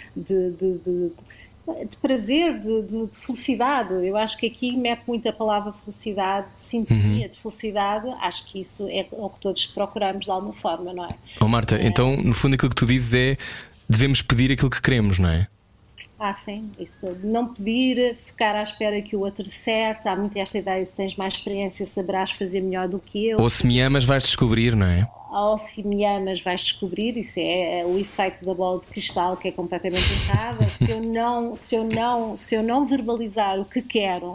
Speaker 5: de prazer, de felicidade. Eu acho que aqui mete muito a palavra felicidade, de sintonia, de felicidade. Acho que isso é o que todos procuramos de alguma forma, não é?
Speaker 2: Marta, então no fundo aquilo que tu dizes é: devemos pedir aquilo que queremos, não é?
Speaker 5: Sim, isso. Não pedir, ficar à espera que o outro acerte. Há muito esta ideia: se tens mais experiência, saberás fazer melhor do que eu.
Speaker 2: Ou se me amas, vais descobrir, não é?
Speaker 5: Ou se me amas, vais descobrir. Isso é o efeito da bola de cristal, que é completamente errado. Se eu não verbalizar o que quero,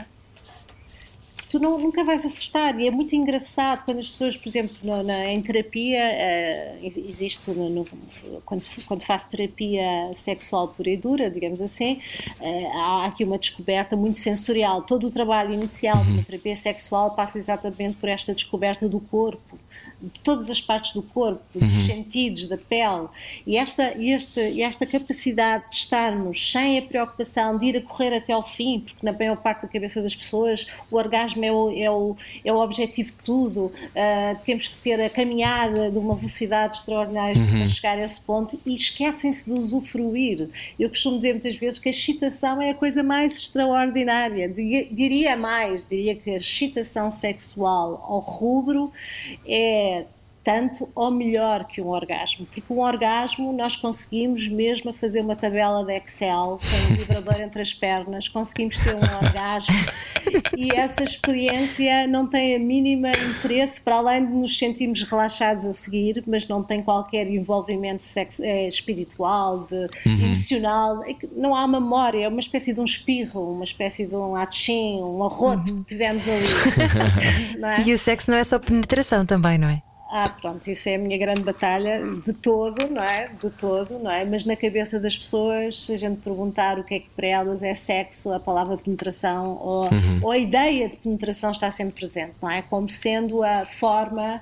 Speaker 5: tu nunca vais acertar. E é muito engraçado quando as pessoas, por exemplo, em terapia, existe, quando faço terapia sexual pura e dura, digamos assim, há aqui uma descoberta muito sensorial. Todo o trabalho inicial de uma terapia sexual passa exatamente por esta descoberta do corpo, de todas as partes do corpo, dos sentidos, da pele, e esta capacidade de estarmos sem a preocupação de ir a correr até ao fim, porque na maior parte da cabeça das pessoas o orgasmo é o objetivo de tudo. Temos que ter a caminhar de uma velocidade extraordinária para chegar a esse ponto, e esquecem-se de usufruir. Eu costumo dizer muitas vezes que a excitação é a coisa mais extraordinária. Diria que a excitação sexual ao rubro é tanto ou melhor que um orgasmo, porque um orgasmo nós conseguimos mesmo fazer uma tabela de Excel com um vibrador entre as pernas, conseguimos ter um orgasmo, e essa experiência não tem a mínima interesse, para além de nos sentirmos relaxados a seguir, mas não tem qualquer envolvimento espiritual, emocional. Não há memória, é uma espécie de um espirro, uma espécie de um atchim, um arroto que tivemos ali. Não é?
Speaker 3: E o sexo não é só penetração também, não é?
Speaker 5: Pronto, isso é a minha grande batalha de todo, não é? Mas na cabeça das pessoas, se a gente perguntar o que é que para elas é sexo, a palavra penetração ou a ideia de penetração está sempre presente, não é? Como sendo a forma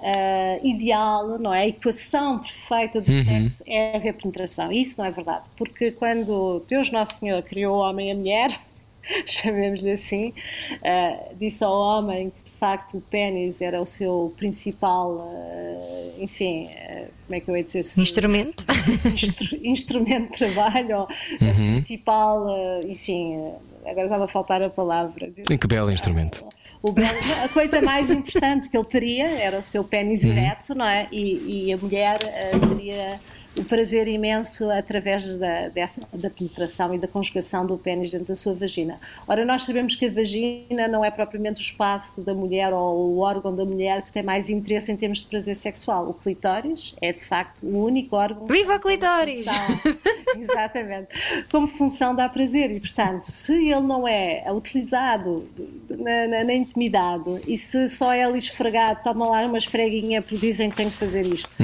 Speaker 5: ideal, não é? A equação perfeita do sexo é haver penetração. Isso não é verdade, porque quando Deus Nosso Senhor criou o homem e a mulher, chamemos-lhe assim, disse ao homem que de facto o pénis era o seu principal, enfim, como é que eu ia dizer?
Speaker 3: Instrumento?
Speaker 5: Instrumento de trabalho, ou principal, enfim, agora estava a faltar a palavra.
Speaker 2: Que belo instrumento.
Speaker 5: A coisa mais importante que ele teria era o seu pénis ereto, não é? E a mulher teria o prazer imenso através da penetração e da conjugação do pénis dentro da sua vagina. Ora, nós sabemos que a vagina não é propriamente o espaço da mulher ou o órgão da mulher que tem mais interesse em termos de prazer sexual. O clitóris é, de facto, o único órgão...
Speaker 3: Viva o clitóris!
Speaker 5: Exatamente. Como função dá prazer, e, portanto, se ele não é utilizado na intimidade, e se só é ali esfregado, toma lá uma esfreguinha porque dizem que tem que fazer isto...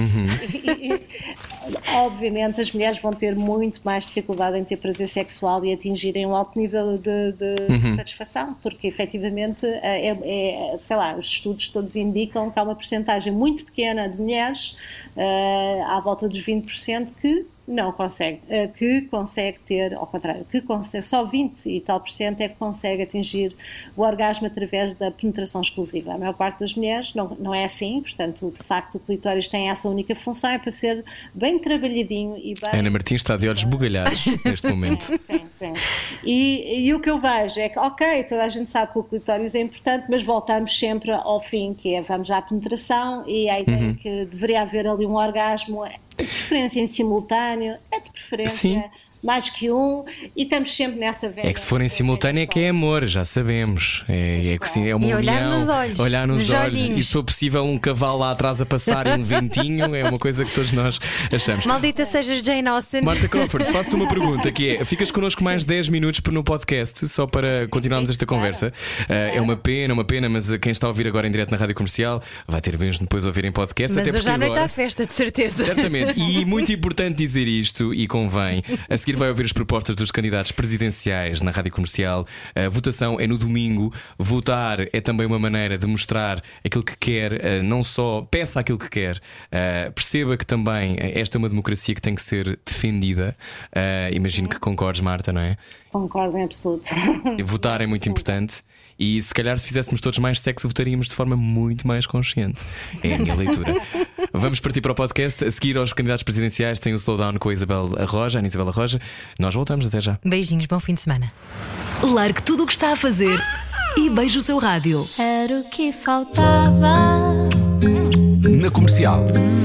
Speaker 5: Obviamente as mulheres vão ter muito mais dificuldade em ter prazer sexual e atingirem um alto nível de satisfação, porque efetivamente sei lá, os estudos todos indicam que há uma percentagem muito pequena de mulheres, à volta dos 20%, que não consegue, que consegue ter, ao contrário, que consegue, só 20 e tal % é que consegue atingir o orgasmo através da penetração exclusiva. A maior parte das mulheres não é assim, portanto, de facto, o clitóris tem essa única função, é para ser bem trabalhadinho e bem...
Speaker 2: Ana Martins está de olhos bugalhados neste momento.
Speaker 5: Sim. E o que eu vejo é que, ok, toda a gente sabe que o clitóris é importante, mas voltamos sempre ao fim, que é, vamos à penetração, e a ideia que deveria haver ali um orgasmo, de preferência em simultâneo, é de preferência mais que um, e estamos sempre nessa velha...
Speaker 2: É que se for em simultâneo é que é amor, já sabemos. É que sim, é uma
Speaker 3: e
Speaker 2: união.
Speaker 3: Olhar nos
Speaker 2: olhos. E se for possível um cavalo lá atrás a passar e um ventinho, é uma coisa que todos nós achamos.
Speaker 3: Maldita sejas Jane Austen.
Speaker 2: Marta Crawford, faço-te uma pergunta, que é: ficas connosco mais 10 minutos no podcast, só para continuarmos esta conversa. É uma pena, mas quem está a ouvir agora em direto na Rádio Comercial vai ter bem depois ouvir em podcast.
Speaker 3: Mas
Speaker 2: até
Speaker 3: hoje à noite há festa, de certeza.
Speaker 2: Certamente, e muito importante dizer isto, e convém. A seguir seguir vai ouvir as propostas dos candidatos presidenciais na Rádio Comercial. A votação é no domingo. Votar é também uma maneira de mostrar aquilo que quer, não só peça aquilo que quer, perceba que também esta é uma democracia que tem que ser defendida. Imagino que concordes, Marta, não é?
Speaker 5: Concordo em absoluto.
Speaker 2: Votar é muito importante. E se calhar se fizéssemos todos mais sexo, votaríamos de forma muito mais consciente. É a minha leitura. Vamos partir para o podcast. A seguir aos candidatos presidenciais tem o Slowdown com a Ana Isabel Arroja. Nós voltamos até já.
Speaker 3: Beijinhos, bom fim de semana.
Speaker 6: Largue tudo o que está a fazer e beije o seu rádio.
Speaker 1: Era o que faltava.
Speaker 4: Na Comercial.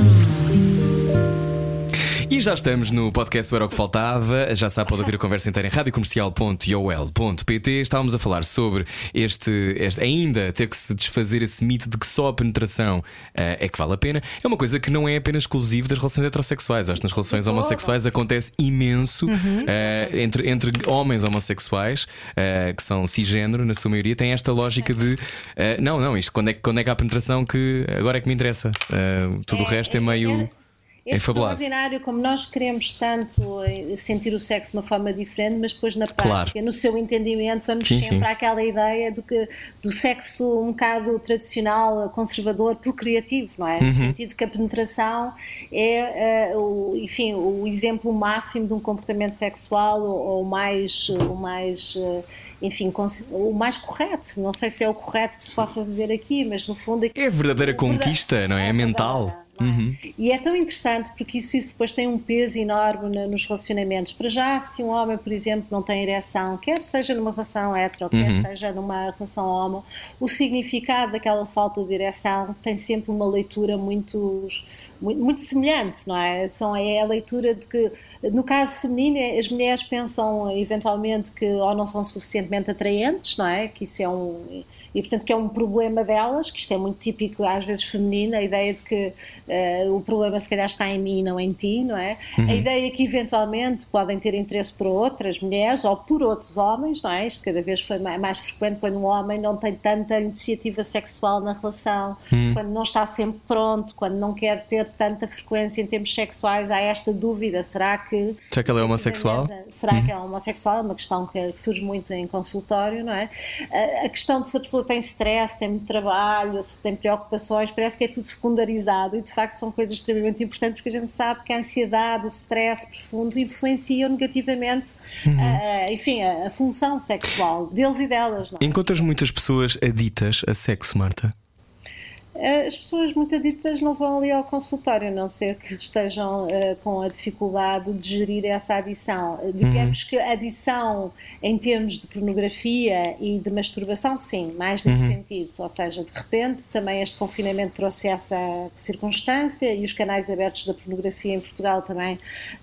Speaker 2: E já estamos no podcast do Era o que Faltava. Já sabe, pode ouvir a conversa inteira em radiocomercial.iol.pt. Estávamos a falar sobre este ainda ter que se desfazer esse mito de que só a penetração é que vale a pena. É uma coisa que não é apenas exclusiva das relações heterossexuais. Acho que nas relações homossexuais acontece imenso. Entre homens homossexuais que são cisgênero, na sua maioria, tem esta lógica de isto quando é que há a penetração que agora é que me interessa. Tudo o resto é meio...
Speaker 5: É extraordinário como nós queremos tanto sentir o sexo de uma forma diferente, mas depois na prática, no seu entendimento, vamos sempre àquela ideia do sexo um bocado tradicional, conservador, procriativo, não é? No sentido que a penetração é o exemplo máximo de um comportamento sexual ou o mais correto. Não sei se é o correto que se possa dizer aqui, mas no fundo
Speaker 2: é a verdadeira conquista, não é? É mental.
Speaker 5: E é tão interessante porque isso depois tem um peso enorme nos relacionamentos. Para já, se um homem, por exemplo, não tem ereção, quer seja numa relação hetero, quer seja numa relação homo, o significado daquela falta de ereção tem sempre uma leitura muito semelhante, não é? É a leitura de que, no caso feminino, as mulheres pensam eventualmente que ou não são suficientemente atraentes, não é? Que isso é e portanto que é um problema delas, que isto é muito típico às vezes feminino, a ideia de que o problema se calhar está em mim e não em ti, não é? A ideia que eventualmente podem ter interesse por outras mulheres ou por outros homens, não é? Isto cada vez foi mais frequente quando um homem não tem tanta iniciativa sexual na relação, quando não está sempre pronto, quando não quer ter tanta frequência em termos sexuais, há esta dúvida, será que ele é homossexual? Será que é homossexual? É uma questão que surge muito em consultório, não é? A questão de se a pessoa tem stress, tem muito trabalho, se tem preocupações, parece que é tudo secundarizado e de facto são coisas extremamente importantes porque a gente sabe que a ansiedade, o stress profundo influenciam negativamente a função sexual deles e delas, não é?
Speaker 2: Encontras muitas pessoas aditas a sexo, Marta?
Speaker 5: As pessoas muito aditas não vão ali ao consultório, a não ser que estejam com a dificuldade de gerir essa adição. Digamos que a adição em termos de pornografia e de masturbação, sim, mais nesse sentido. Ou seja, de repente também este confinamento trouxe essa circunstância e os canais abertos da pornografia em Portugal também,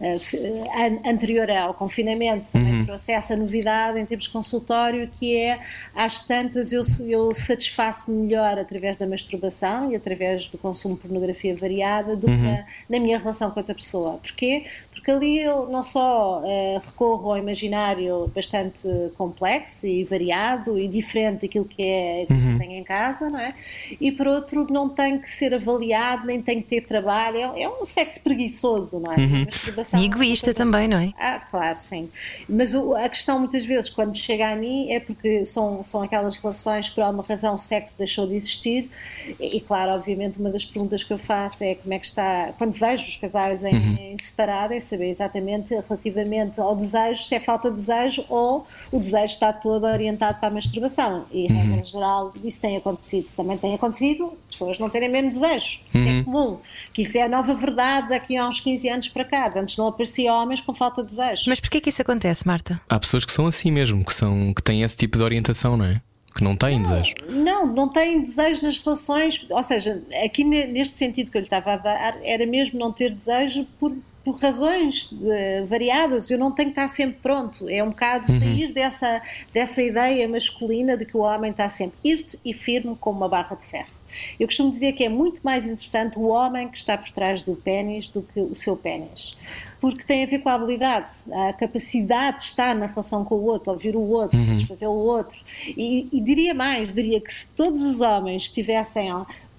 Speaker 5: anterior ao confinamento, também trouxe essa novidade em termos de consultório, que é, às tantas, eu satisfaço-me melhor através da masturbação e através do consumo de pornografia variada do que na minha relação com outra pessoa. Porquê? Porque ali eu não só recorro ao imaginário bastante complexo e variado e diferente daquilo que tenho em casa, não é? E por outro, não tem que ser avaliado, nem tem que ter trabalho, é um sexo preguiçoso, não é?
Speaker 3: E egoísta também, não é?
Speaker 5: Claro, sim. Mas a questão muitas vezes, quando chega a mim, é porque são aquelas relações que por alguma razão o sexo deixou de existir. E claro, obviamente, uma das perguntas que eu faço é como é que está, quando vejo os casais em separado, é saber exatamente relativamente ao desejo, se é falta de desejo ou o desejo está todo orientado para a masturbação. E, em geral, isso tem acontecido. Também tem acontecido pessoas não terem mesmo desejo. Isso é comum. Que isso é a nova verdade daqui a uns 15 anos para cá. Antes não aparecia homens com falta de desejo.
Speaker 3: Mas porquê que isso acontece, Marta?
Speaker 2: Há pessoas que são assim mesmo, que têm esse tipo de orientação, não é? Que não têm desejo.
Speaker 5: Não têm desejo nas relações. Ou seja, aqui neste sentido que eu lhe estava a dar, era mesmo não ter desejo por razões variadas. Eu não tenho que estar sempre pronto. É um bocado sair dessa ideia masculina de que o homem está sempre irte e firme como uma barra de ferro. Eu costumo dizer que é muito mais interessante o homem que está por trás do pénis do que o seu pénis, porque tem a ver com a habilidade, a capacidade de estar na relação com o outro, ouvir o outro, satisfazer o outro. E diria que se todos os homens tivessem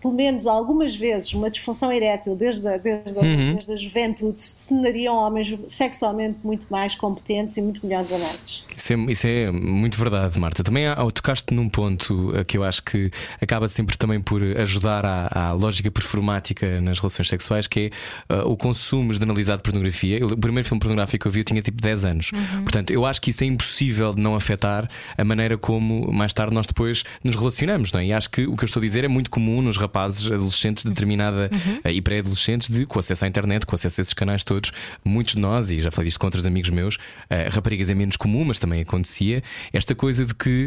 Speaker 5: pelo menos algumas vezes, uma disfunção erétil desde a juventude, se tornariam homens sexualmente muito mais competentes e muito melhores amantes.
Speaker 2: Isso é muito verdade, Marta. Também tocaste num ponto que eu acho que acaba sempre também por ajudar à lógica performática nas relações sexuais, que é o consumo generalizado de pornografia. O primeiro filme pornográfico que eu vi eu tinha tipo 10 anos. Portanto, eu acho que isso é impossível de não afetar a maneira como mais tarde nós depois nos relacionamos, não é? E acho que o que eu estou a dizer é muito comum nos rapazes, adolescentes de determinada e pré-adolescentes, com acesso à internet, com acesso a esses canais todos. Muitos de nós, e já falei isto com outros amigos meus, raparigas é menos comum, mas também acontecia esta coisa de que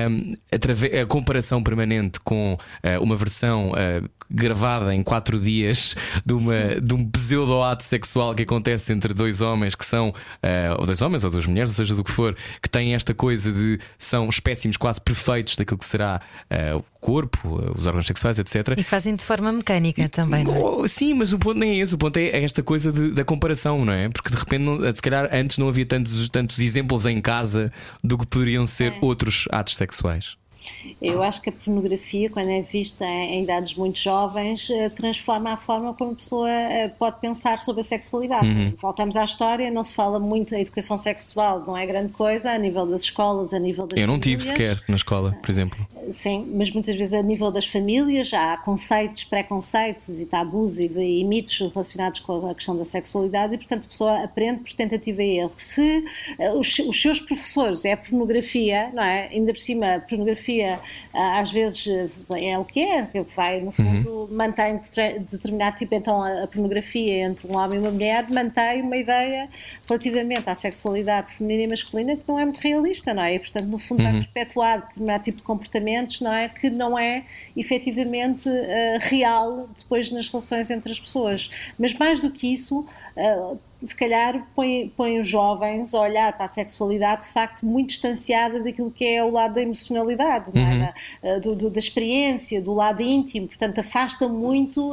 Speaker 2: a comparação permanente com uma versão gravada em 4 dias de um pseudo-ato sexual que acontece entre dois homens que são, ou dois homens ou duas mulheres, ou seja, do que for, que têm esta coisa de são espécimes quase perfeitos daquilo que será o corpo, os órgãos sexuais, etc.
Speaker 3: E que fazem de forma mecânica também, não é?
Speaker 2: Sim, mas o ponto nem é esse. O ponto é esta coisa da comparação, não é? Porque de repente, se calhar antes não havia tantos exemplos em casa do que poderiam ser outros atos sexuais.
Speaker 5: Eu acho que a pornografia, quando é vista em idades muito jovens, transforma a forma como a pessoa pode pensar sobre a sexualidade. Voltamos à história, não se fala muito, a educação sexual não é grande coisa a nível das escolas, a nível das famílias.
Speaker 2: Eu não tive sequer na escola, por exemplo.
Speaker 5: Sim, mas muitas vezes a nível das famílias há conceitos, preconceitos e tabus e mitos relacionados com a questão da sexualidade e, portanto, a pessoa aprende por tentativa e erro. Se os seus professores é pornografia, não é? Ainda por cima, a pornografia às vezes é o que vai, no fundo, mantém determinado tipo, então a pornografia entre um homem e uma mulher mantém uma ideia relativamente à sexualidade feminina e masculina que não é muito realista, não é? E, portanto, no fundo vai perpetuar determinado tipo de comportamentos, não é? Que não é efetivamente real depois nas relações entre as pessoas. Mas mais do que isso, se calhar põe os jovens a olhar para a sexualidade de facto muito distanciada daquilo que é o lado da emocionalidade, não é? Da experiência, do lado íntimo, portanto afasta muito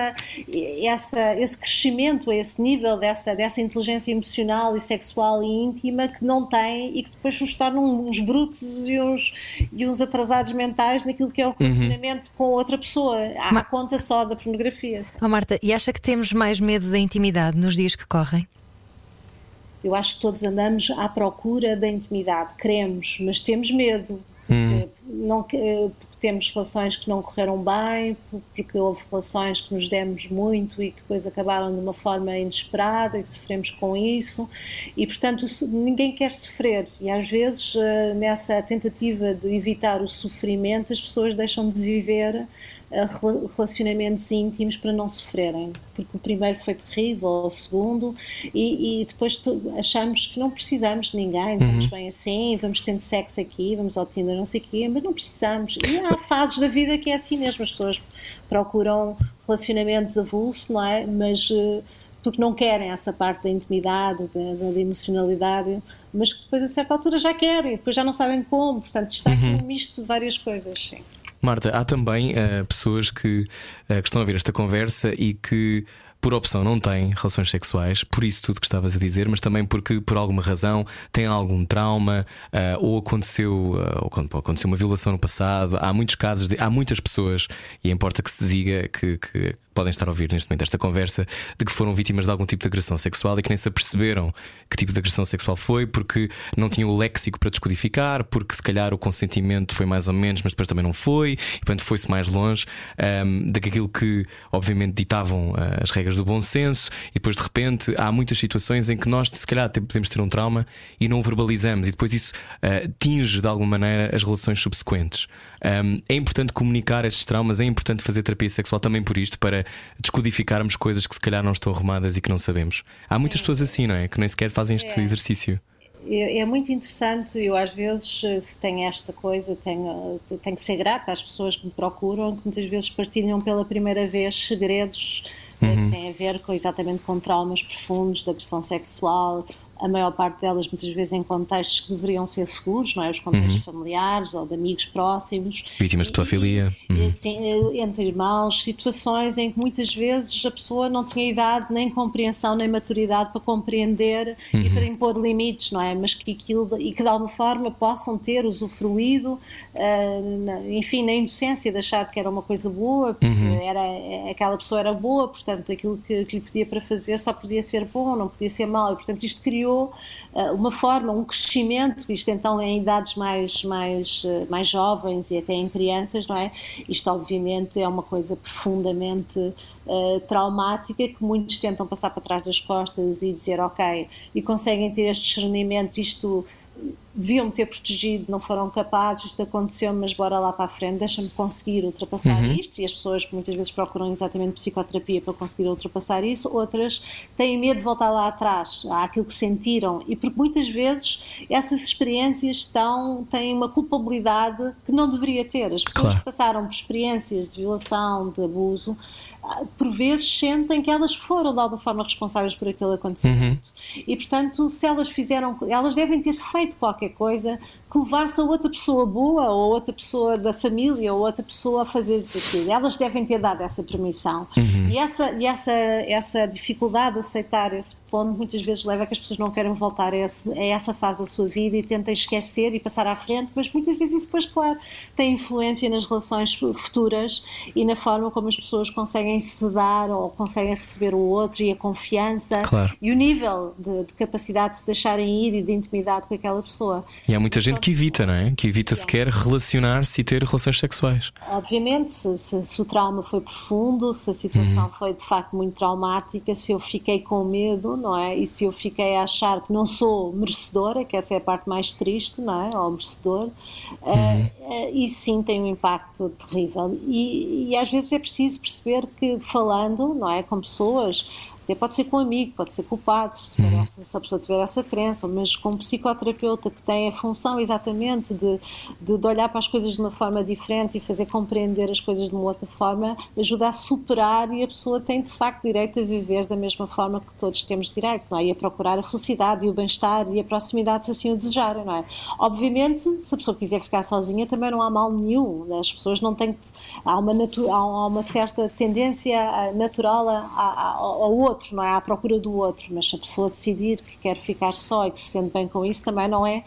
Speaker 5: esse crescimento a esse nível dessa inteligência emocional e sexual e íntima que não tem e que depois os tornam uns brutos e uns atrasados mentais naquilo que é o relacionamento com outra pessoa, à conta só da pornografia.
Speaker 3: Marta, e acha que temos mais medo da intimidade nos dias que correm?
Speaker 5: Eu acho que todos andamos à procura da intimidade, queremos, mas temos medo, porque temos relações que não correram bem, porque houve relações que nos demos muito e que depois acabaram de uma forma inesperada e sofremos com isso e, portanto, ninguém quer sofrer e às vezes nessa tentativa de evitar o sofrimento as pessoas deixam de viver relacionamentos íntimos para não sofrerem, porque o primeiro foi terrível, o segundo e depois achamos que não precisamos de ninguém, vamos bem assim, vamos tendo sexo aqui, vamos ao Tinder, não sei o quê, mas não precisamos, e há fases da vida que é assim mesmo, as pessoas procuram relacionamentos avulsos, não é? Mas porque não querem essa parte da intimidade, da emocionalidade, mas que depois a certa altura já querem, depois já não sabem como, portanto está aqui um misto de várias coisas, sim.
Speaker 2: Marta, há também pessoas que estão a ver esta conversa e que por opção não têm relações sexuais, por isso tudo que estavas a dizer, mas também porque por alguma razão têm algum trauma ou aconteceu uma violação no passado. Há muitos casos, há muitas pessoas, e importa que se diga que podem estar a ouvir neste momento esta conversa, de que foram vítimas de algum tipo de agressão sexual e que nem se aperceberam que tipo de agressão sexual foi, porque não tinham o léxico para descodificar, porque se calhar o consentimento foi mais ou menos, mas depois também não foi, e portanto foi-se mais longe daquilo que obviamente ditavam as regras do bom senso, e depois de repente há muitas situações em que nós se calhar podemos ter um trauma e não o verbalizamos, e depois isso tinge de alguma maneira as relações subsequentes. É importante comunicar estes traumas, é importante fazer terapia sexual também por isto, para descodificarmos coisas que se calhar não estão arrumadas e que não sabemos. Há muitas pessoas assim, não é? Que nem sequer fazem este exercício.
Speaker 5: É muito interessante. Eu às vezes tenho esta coisa, tenho que ser grata às pessoas que me procuram, que muitas vezes partilham pela primeira vez segredos que têm a ver exatamente com traumas profundos de agressão sexual, a maior parte delas muitas vezes em contextos que deveriam ser seguros, não é? Os contextos familiares ou de amigos próximos.
Speaker 2: Vítimas de pedofilia.
Speaker 5: Sim, entre irmãos, situações em que muitas vezes a pessoa não tinha idade, nem compreensão, nem maturidade para compreender e para impor limites, não é? Mas que aquilo, e que de alguma forma possam ter usufruído, enfim, na inocência de achar que era uma coisa boa, porque aquela pessoa era boa, portanto aquilo que lhe pedia para fazer só podia ser bom, não podia ser mau, e portanto isto criou uma forma, um crescimento, isto então em idades mais jovens e até em crianças, não é? Isto obviamente é uma coisa profundamente traumática, que muitos tentam passar para trás das costas e dizer ok, e conseguem ter este discernimento, isto deviam-me ter protegido, não foram capazes, isto aconteceu, mas bora lá para a frente, deixa-me conseguir ultrapassar isto, e as pessoas muitas vezes procuram exatamente psicoterapia para conseguir ultrapassar isso, outras têm medo de voltar lá atrás, àquilo que sentiram, e porque muitas vezes essas experiências têm uma culpabilidade que não deveria ter. As pessoas que passaram por experiências de violação, de abuso, por vezes sentem que elas foram de alguma forma responsáveis por aquele acontecimento e portanto se elas devem ter feito qualquer coisa que levasse a outra pessoa boa ou outra pessoa da família ou outra pessoa a fazer isso aquilo. Elas devem ter dado essa permissão e essa dificuldade de aceitar esse ponto muitas vezes leva a que as pessoas não querem voltar a essa fase da sua vida e tentem esquecer e passar à frente, mas muitas vezes isso depois, claro, tem influência nas relações futuras e na forma como as pessoas conseguem se dar ou conseguem receber o outro e a confiança e o nível de capacidade de se deixarem ir e de intimidade com aquela pessoa.
Speaker 2: E há muita gente que evita, não é? Que evita sequer relacionar-se e ter relações sexuais.
Speaker 5: Obviamente, se o trauma foi profundo, se a situação foi de facto muito traumática, se eu fiquei com medo, não é? E se eu fiquei a achar que não sou merecedora, que essa é a parte mais triste, não é? Ou merecedor, e sim tem um impacto terrível. E às vezes é preciso perceber que falando, não é? Com pessoas, até pode ser com um amigo, pode ser com o padre, se a pessoa tiver essa crença, mas com um psicoterapeuta que tem a função exatamente de olhar para as coisas de uma forma diferente e fazer compreender as coisas de uma outra forma, ajuda a superar e a pessoa tem de facto direito a viver da mesma forma que todos temos direito, não é? E a procurar a felicidade e o bem-estar e a proximidade se assim o desejarem, não é? Obviamente, se a pessoa quiser ficar sozinha também não há mal nenhum, né? As pessoas não têm que... Há uma certa tendência natural ao outro, não é? À procura do outro, mas se a pessoa decidir que quer ficar só e que se sente bem com isso, também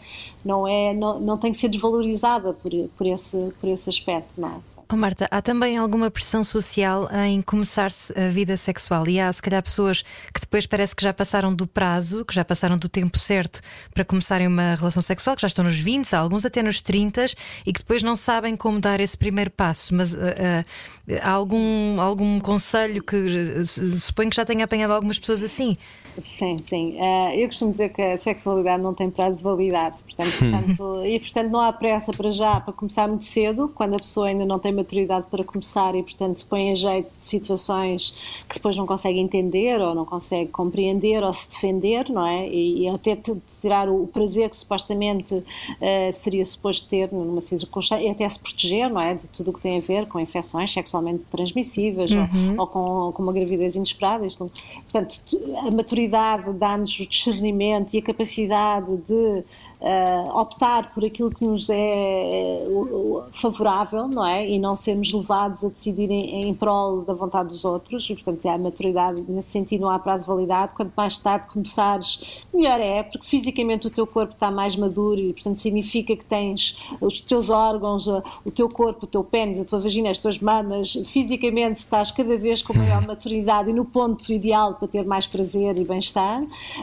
Speaker 5: não tem que ser desvalorizada por esse aspecto, não é?
Speaker 3: Oh, Marta, há também alguma pressão social em começar-se a vida sexual e há se calhar pessoas que depois parece que já passaram do prazo, que já passaram do tempo certo para começarem uma relação sexual, que já estão nos 20, alguns até nos 30 e que depois não sabem como dar esse primeiro passo, mas há algum conselho que suponho que já tenha apanhado algumas pessoas assim?
Speaker 5: Sim. Eu costumo dizer que a sexualidade não tem prazo de validade, portanto não há pressa para começar muito cedo, quando a pessoa ainda não tem maturidade para começar e portanto se põe a jeito de situações que depois não consegue entender ou não consegue compreender ou se defender, não é? E até tirar o prazer que supostamente seria suposto ter numa circunstância e até se proteger, não é? De tudo o que tem a ver com infecções sexualmente transmissíveis ou com uma gravidez inesperada. Portanto, a maturidade dá-nos o discernimento e a capacidade de optar por aquilo que nos é favorável, não é? E não sermos levados a decidir em prol da vontade dos outros, e portanto há maturidade nesse sentido, não há prazo de validade. Quanto mais tarde começares, melhor é, porque fisicamente o teu corpo está mais maduro e portanto significa que tens os teus órgãos, o teu corpo, o teu pênis, a tua vagina, as tuas mamas, fisicamente estás cada vez com maior maturidade e no ponto ideal para ter mais prazer e bem-estar,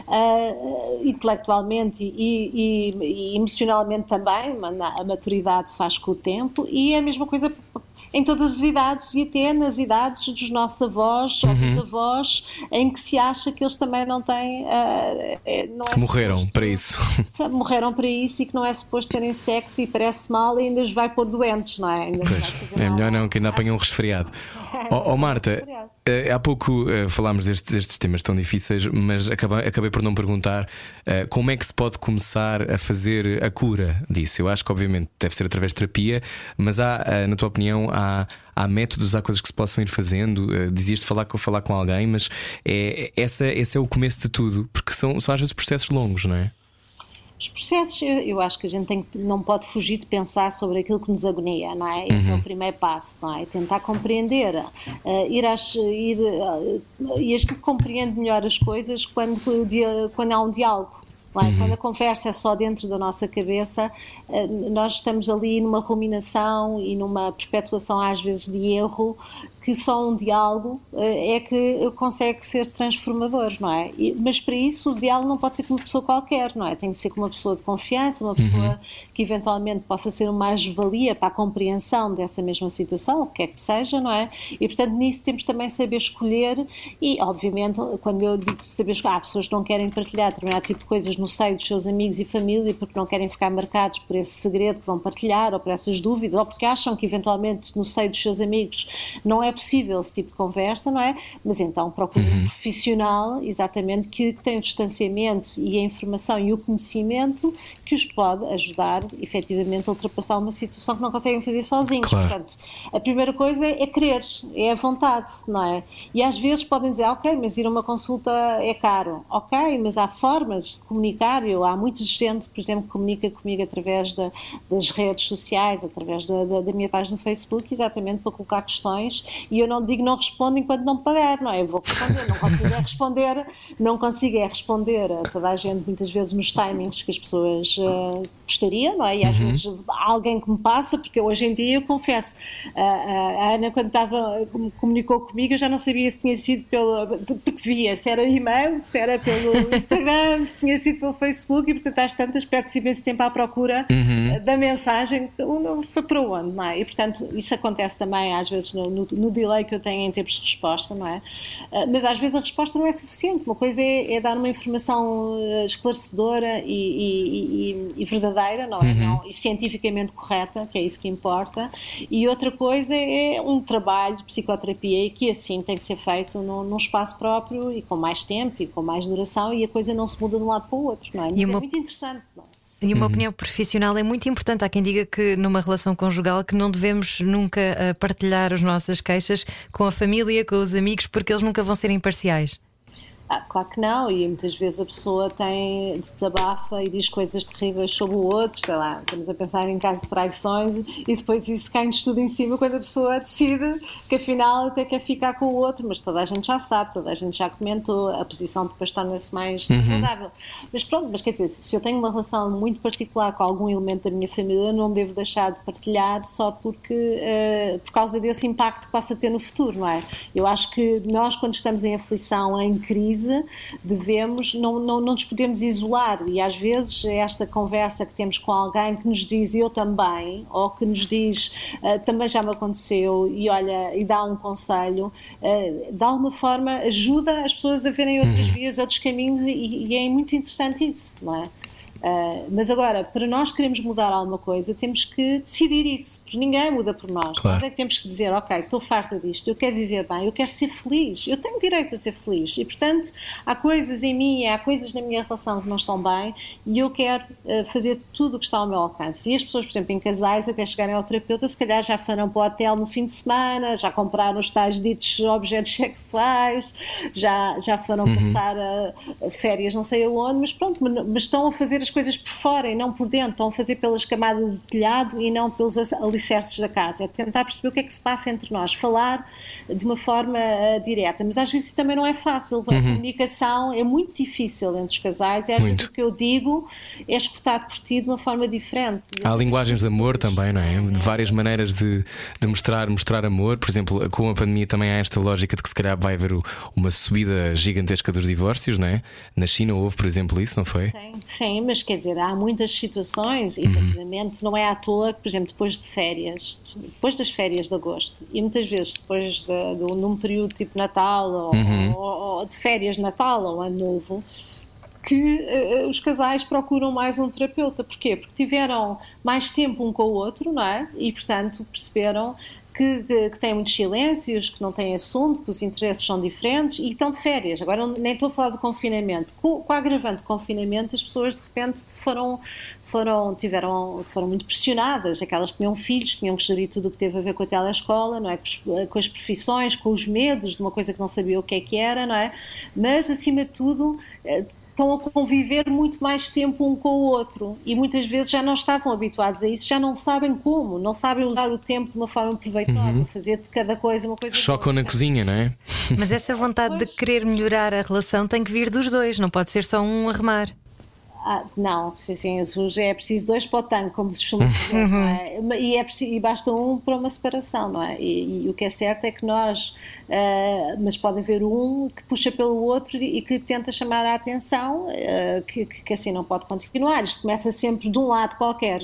Speaker 5: intelectualmente e emocionalmente também, a maturidade faz com o tempo, e é a mesma coisa em todas as idades e até nas idades dos nossos avós ou bisavós, em que se acha que eles também não têm...
Speaker 2: que morreram para isso.
Speaker 5: Morreram para isso e que não é suposto terem sexo e parece mal e ainda os vai pôr doentes, não é?
Speaker 2: É melhor não, que ainda apanham um resfriado. Marta, Há pouco falámos destes temas tão difíceis, mas acabei por não perguntar como é que se pode começar a fazer a cura disso. Eu acho que obviamente deve ser através de terapia, mas na tua opinião, há métodos, há coisas que se possam ir fazendo. Dizias de falar com alguém, mas esse é o começo de tudo, porque são às vezes processos longos, não é?
Speaker 5: Os processos, eu acho que a gente não pode fugir de pensar sobre aquilo que nos agonia, não é? Esse é o primeiro passo, não é? Tentar compreender, e a gente compreende melhor as coisas quando há um diálogo. Quando a conversa é só dentro da nossa cabeça, nós estamos ali numa ruminação e numa perpetuação às vezes de erro, que só um diálogo é que consegue ser transformador, não é? Mas para isso o diálogo não pode ser com uma pessoa qualquer, não é? Tem que ser com uma pessoa de confiança, uma pessoa que eventualmente possa ser uma mais-valia para a compreensão dessa mesma situação, o que é que seja, não é? E portanto nisso temos também saber escolher e obviamente quando eu digo saber escolher, há pessoas que não querem partilhar determinado tipo de coisas no seio dos seus amigos e família porque não querem ficar marcados por esse segredo que vão partilhar ou por essas dúvidas ou porque acham que eventualmente no seio dos seus amigos não é possível esse tipo de conversa, não é? Mas então procure um profissional exatamente que tem o distanciamento e a informação e o conhecimento que os pode ajudar efetivamente a ultrapassar uma situação que não conseguem fazer sozinhos.
Speaker 2: Claro.
Speaker 5: Portanto, a primeira coisa é querer, é a vontade, não é? E às vezes podem dizer, ok, mas ir a uma consulta é caro. Ok, mas há formas de comunicar. Há muita gente, por exemplo, que comunica comigo através das redes sociais, através da minha página no Facebook, exatamente para colocar questões e eu não digo não respondo enquanto não pagar, não é? Eu vou responder, não consigo responder a toda a gente, muitas vezes nos timings que as pessoas gostariam, não é? E às vezes há alguém que me passa, porque hoje em dia eu confesso, a Ana quando comunicou comigo eu já não sabia se tinha sido porque via, se era e-mail, se era pelo Instagram, se tinha sido pelo Facebook e portanto às tantas perde-se imenso tempo à procura da mensagem, foi para onde, não é? E portanto isso acontece também às vezes no delay que eu tenho em termos de resposta, não é? Mas às vezes a resposta não é suficiente. Uma coisa é dar uma informação esclarecedora e verdadeira, não é? E cientificamente correta, que é isso que importa. E outra coisa é um trabalho de psicoterapia e que assim tem que ser feito num espaço próprio e com mais tempo e com mais duração e a coisa não se muda de um lado para o outro, não é? Mas é muito interessante, não é?
Speaker 3: E uma opinião profissional é muito importante. Há quem diga que numa relação conjugal que não devemos nunca partilhar as nossas queixas com a família, com os amigos, porque eles nunca vão ser imparciais.
Speaker 5: Claro que não, e muitas vezes a pessoa desabafa e diz coisas terríveis sobre o outro, sei lá, estamos a pensar em casos de traições e depois isso cai-nos tudo em cima quando a pessoa decide que afinal até quer ficar com o outro, mas toda a gente já sabe, toda a gente já comentou, a posição depois torna-se mais desagradável. Mas pronto, mas quer dizer, se eu tenho uma relação muito particular com algum elemento da minha família, eu não devo deixar de partilhar só porque, por causa desse impacto que possa ter no futuro, não é? Eu acho que nós quando estamos em aflição, em crise, não nos podemos isolar e às vezes é esta conversa que temos com alguém que nos diz eu também, ou que nos diz também já me aconteceu e olha, e dá um conselho, de alguma forma ajuda as pessoas a verem outras vias, outros caminhos e é muito interessante isso, não é? Mas agora, para nós queremos mudar alguma coisa, temos que decidir isso, porque ninguém muda por nós.
Speaker 2: Claro.
Speaker 5: Nós é que temos que dizer, ok, estou farta disto, eu quero viver bem, eu quero ser feliz, eu tenho direito a ser feliz e, portanto, há coisas em mim, há coisas na minha relação que não estão bem e eu quero fazer tudo o que está ao meu alcance. E as pessoas, por exemplo, em casais, até chegarem ao terapeuta, se calhar já foram para o hotel no fim de semana, já compraram os tais ditos objetos sexuais, já foram passar férias não sei aonde, mas pronto, mas estão a fazer as coisas por fora e não por dentro, estão a fazer pelas camadas de telhado e não pelos alicerces da casa. É tentar perceber o que é que se passa entre nós, falar de uma forma direta, mas às vezes isso também não é fácil. A comunicação é muito difícil entre os casais e às vezes o que eu digo é escutado por ti de uma forma diferente.
Speaker 2: Há linguagens de amor também, não é? De várias maneiras de mostrar amor. Por exemplo, com a pandemia também há esta lógica de que se calhar vai haver uma subida gigantesca dos divórcios, não é? Na China houve, por exemplo, isso, não foi?
Speaker 5: Sim, mas quer dizer, há muitas situações, e efetivamente não é à toa que, por exemplo, depois das férias de agosto, e muitas vezes depois num período tipo Natal, ou de férias de Natal ou Ano Novo, que os casais procuram mais um terapeuta. Porquê? Porque tiveram mais tempo um com o outro, não é? E, portanto, perceberam que têm muitos silêncios, que não têm assunto, que os interesses são diferentes e que estão de férias. Agora nem estou a falar do confinamento. Com o agravante do confinamento, as pessoas de repente foram muito pressionadas, aquelas que tinham filhos, tinham que gerir tudo o que teve a ver com a telescola, não é? Com as profissões, com os medos de uma coisa que não sabia o que era, não é? Mas, acima de tudo, estão a conviver muito mais tempo um com o outro e muitas vezes já não estavam habituados a isso, já não sabem como, não sabem usar o tempo de uma forma proveitosa, fazer de cada coisa uma coisa.
Speaker 2: Chocam na cozinha, não é?
Speaker 3: Mas essa vontade de querer melhorar a relação tem que vir dos dois, não pode ser só um a remar.
Speaker 5: Não, sim, é preciso dois para o tanque, como se costuma dizer, não é? E basta um para uma separação, não é? E o que é certo é que nós, mas pode haver um que puxa pelo outro e que tenta chamar a atenção, que assim não pode continuar. Isto começa sempre de um lado qualquer,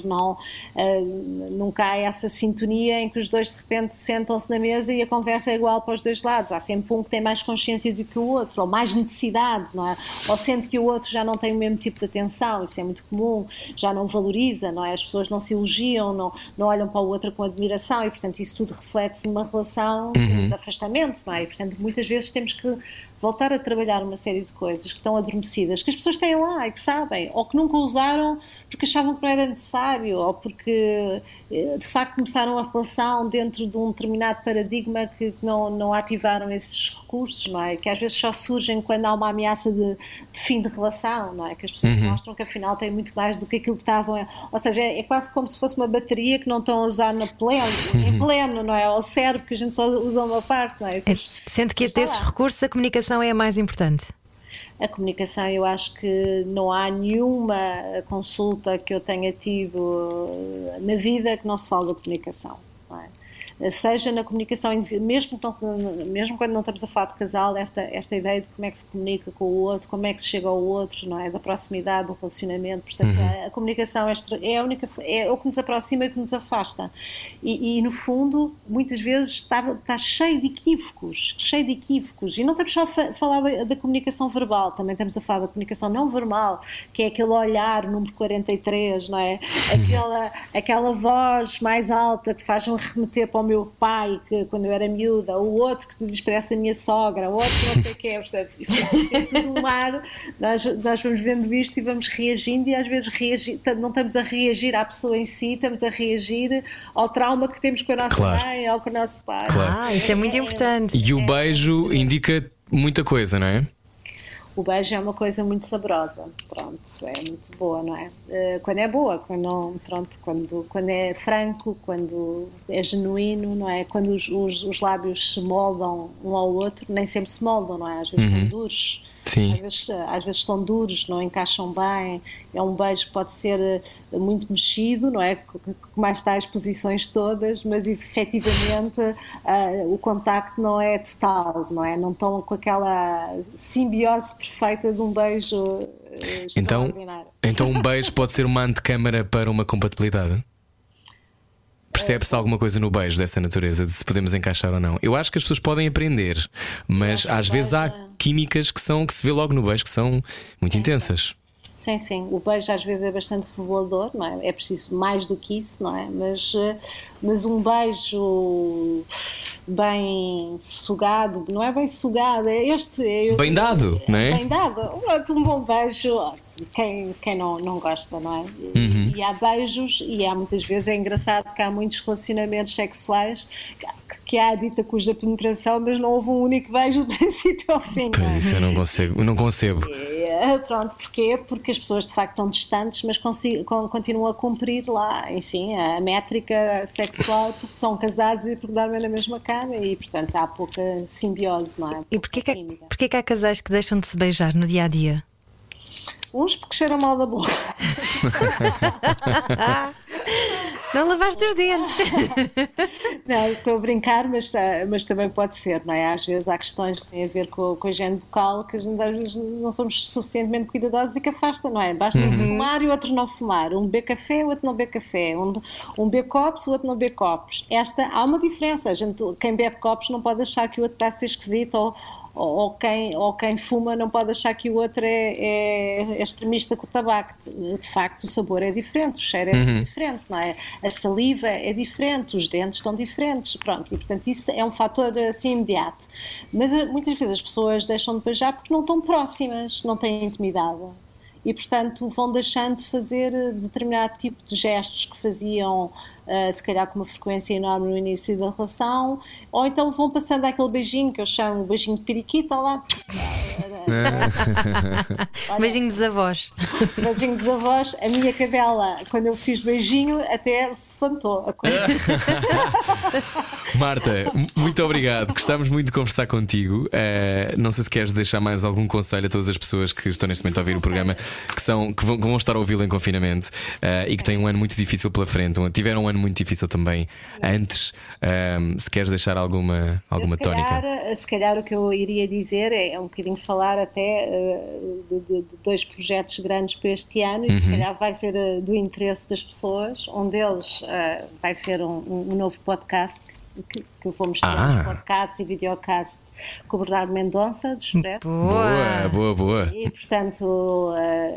Speaker 5: nunca há essa sintonia em que os dois de repente sentam-se na mesa e a conversa é igual para os dois lados. Há sempre um que tem mais consciência do que o outro, ou mais necessidade, não é? Ou sente que o outro já não tem o mesmo tipo de atenção. Isso é muito comum, já não valoriza, não é? As pessoas não se elogiam, não olham para o outro com admiração e, portanto, isso tudo reflete-se numa relação de afastamento, não é? E, portanto, muitas vezes temos que voltar a trabalhar uma série de coisas que estão adormecidas, que as pessoas têm lá e que sabem, ou que nunca usaram porque achavam que não era necessário, ou porque de facto começaram a relação dentro de um determinado paradigma que não ativaram esses recursos, não é? Que às vezes só surgem quando há uma ameaça de fim de relação, não é? Que as pessoas mostram que afinal têm muito mais do que aquilo que estavam, ou seja, é quase como se fosse uma bateria que não estão a usar em pleno, não é? Ou o cérebro que a gente só usa uma parte, não é?
Speaker 3: Sendo que desses recursos a comunicação é a mais importante.
Speaker 5: A comunicação, eu acho que não há nenhuma consulta que eu tenha tido na vida que não se fale da comunicação, não é? Seja na comunicação, mesmo quando não estamos a falar de casal, esta ideia de como é que se comunica com o outro, como é que se chega ao outro, não é? Da proximidade, do relacionamento. Portanto, a comunicação é o que nos aproxima e o que nos afasta. E no fundo, muitas vezes está cheio de equívocos. E não estamos só a falar da comunicação verbal, também estamos a falar da comunicação não verbal, que é aquele olhar, número 43, não é? Aquela voz mais alta que faz-me remeter para o meu pai, que quando eu era miúda, o outro que tudo expressa a minha sogra, o outro que não sei o que é, percebe? É tudo um mar, nós vamos vendo isto e vamos reagindo e às vezes não estamos a reagir à pessoa em si, estamos a reagir ao trauma que temos com a nossa mãe ou com o nosso pai.
Speaker 2: Claro.
Speaker 3: Isso é muito importante.
Speaker 2: E o beijo indica muita coisa, não é?
Speaker 5: O beijo é uma coisa muito saborosa, pronto, é muito boa, não é? Quando é boa, quando é franco, quando é genuíno, não é? Quando os lábios se moldam um ao outro, nem sempre se moldam, não é? Às vezes são duros.
Speaker 2: Sim.
Speaker 5: Às vezes estão duros, não encaixam bem. É um beijo que pode ser muito mexido, não é? Mais está as posições todas, mas efetivamente o contacto não é total, não é? Não estão com aquela simbiose perfeita de um beijo extraordinário.
Speaker 2: Então um beijo pode ser uma antecâmara para uma compatibilidade? Percebe-se alguma coisa no beijo dessa natureza, de se podemos encaixar ou não? Eu acho que as pessoas podem aprender, mas às vezes há químicas que se vê logo no beijo que são muito intensas.
Speaker 5: Sim, o beijo às vezes é bastante revelador, não é? É preciso mais do que isso, não é? Mas um beijo bem sugado, não é bem sugado, é
Speaker 2: bem dado, não é?
Speaker 5: Bem dado, um bom beijo. Quem não gosta, não é? E há beijos, e há muitas vezes, é engraçado que há muitos relacionamentos sexuais que há a dita cuja penetração, mas não houve um único beijo do princípio ao fim.
Speaker 2: Pois
Speaker 5: não é?
Speaker 2: Isso eu não concebo.
Speaker 5: Pronto, porquê? Porque as pessoas de facto estão distantes, mas continuam a cumprir lá, enfim, a métrica sexual, porque são casados e porque dormem na mesma cama e, portanto, há pouca simbiose, não é?
Speaker 3: E porquê que há casais que deixam de se beijar no dia-a-dia?
Speaker 5: Uns porque cheiram mal da boca.
Speaker 3: Não lavaste os dentes.
Speaker 5: Não, estou a brincar, mas também pode ser, não é? Às vezes há questões que têm a ver com a higiene bucal que a gente às vezes não somos suficientemente cuidadosos e que afasta, não é? Basta um fumar e o outro não fumar, um beber café, o outro não beber café, um beber copos, o outro não beber copos. Há uma diferença, quem bebe copos não pode achar que o outro está a ser esquisito ou quem fuma não pode achar que o outro é extremista com o tabaco. De facto, o sabor é diferente, o cheiro é diferente, não é? A saliva é diferente, os dentes estão diferentes, pronto, e portanto isso é um fator assim imediato. Mas muitas vezes as pessoas deixam de beijar porque não estão próximas, não têm intimidade. E, portanto, vão deixando de fazer determinado tipo de gestos que faziam, se calhar com uma frequência enorme no início da relação, ou então vão passando aquele beijinho que eu chamo o beijinho de periquita, lá.
Speaker 3: Beijinho dos avós.
Speaker 5: Beijinho dos avós. A minha cadela, quando eu fiz beijinho, até se levantou.
Speaker 2: Marta, muito obrigado. Gostámos muito de conversar contigo. Não sei se queres deixar mais algum conselho a todas as pessoas que estão neste momento a ouvir o programa, que vão estar a ouvi-lo em confinamento e que têm um ano muito difícil pela frente. Tiveram um ano muito difícil também antes. Se queres deixar alguma tónica.
Speaker 5: Se calhar o que eu iria dizer é um bocadinho falar até de 2 projetos grandes para este ano e se calhar vai ser do interesse das pessoas. Um deles vai ser um novo podcast que eu vou mostrar, podcast e videocast com o Bernardo Mendonça, do Expresso.
Speaker 2: Boa.
Speaker 5: E portanto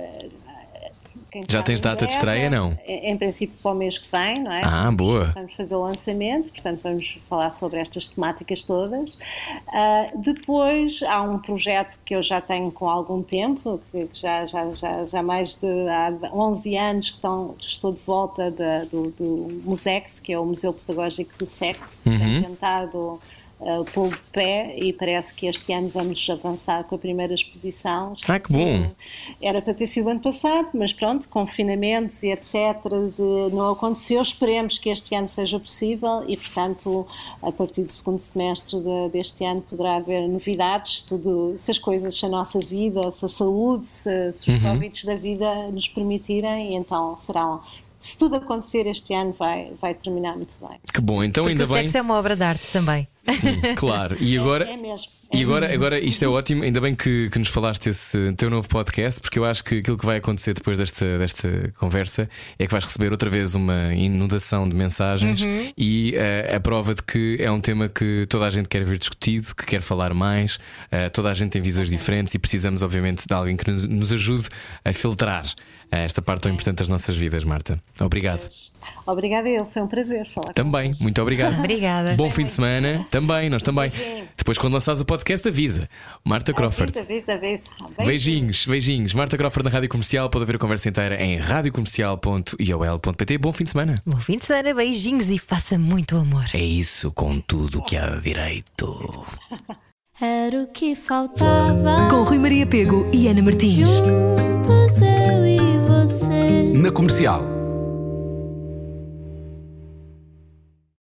Speaker 2: já tens data de estreia, não?
Speaker 5: Em princípio para o mês que vem, não é?
Speaker 2: Boa.
Speaker 5: Vamos fazer o lançamento, portanto vamos falar sobre estas temáticas todas. Depois há um projeto que eu já tenho com algum tempo, que já mais de há 11 anos que estou de volta do Musex, que é o Museu Pedagógico do Sexo, que tem tentado pô-lo de pé, e parece que este ano vamos avançar com a primeira exposição.
Speaker 2: Que bom!
Speaker 5: Era para ter sido ano passado, mas pronto, confinamentos e etc. não aconteceu. Esperemos que este ano seja possível e, portanto, a partir do segundo semestre deste ano poderá haver novidades, se as coisas, se a nossa vida, se a saúde, se os convites da vida nos permitirem, e então serão. Se tudo acontecer este ano vai terminar muito bem.
Speaker 2: Que bom, então
Speaker 3: porque
Speaker 2: ainda bem.
Speaker 3: O sexo é uma obra de arte também.
Speaker 2: Sim, claro. E agora,
Speaker 5: é mesmo.
Speaker 2: E agora isto é ótimo, ainda bem que nos falaste esse teu novo podcast, porque eu acho que aquilo que vai acontecer depois desta conversa é que vais receber outra vez uma inundação de mensagens e a prova de que é um tema que toda a gente quer ver discutido, que quer falar mais, toda a gente tem visões diferentes e precisamos obviamente de alguém que nos ajude a filtrar esta parte tão importante das nossas vidas. Marta, obrigado.
Speaker 5: Obrigada, foi um prazer falar
Speaker 2: também, muito obrigado.
Speaker 3: Obrigada.
Speaker 2: Bom fim de semana. Também, nós também. Depois, quando lançares o podcast, avisa. Marta Crawford.
Speaker 5: Avisa.
Speaker 2: Beijinhos. Marta Crawford na Rádio Comercial. Pode ouvir a conversa inteira em radiocomercial.iol.pt. Bom fim de semana.
Speaker 3: Bom fim de semana, beijinhos e faça muito amor.
Speaker 2: É isso, com tudo que há direito.
Speaker 1: Era o que faltava.
Speaker 6: Com Rui Maria Pego e Ana Martins.
Speaker 1: Juntos eu e você.
Speaker 4: Na Comercial.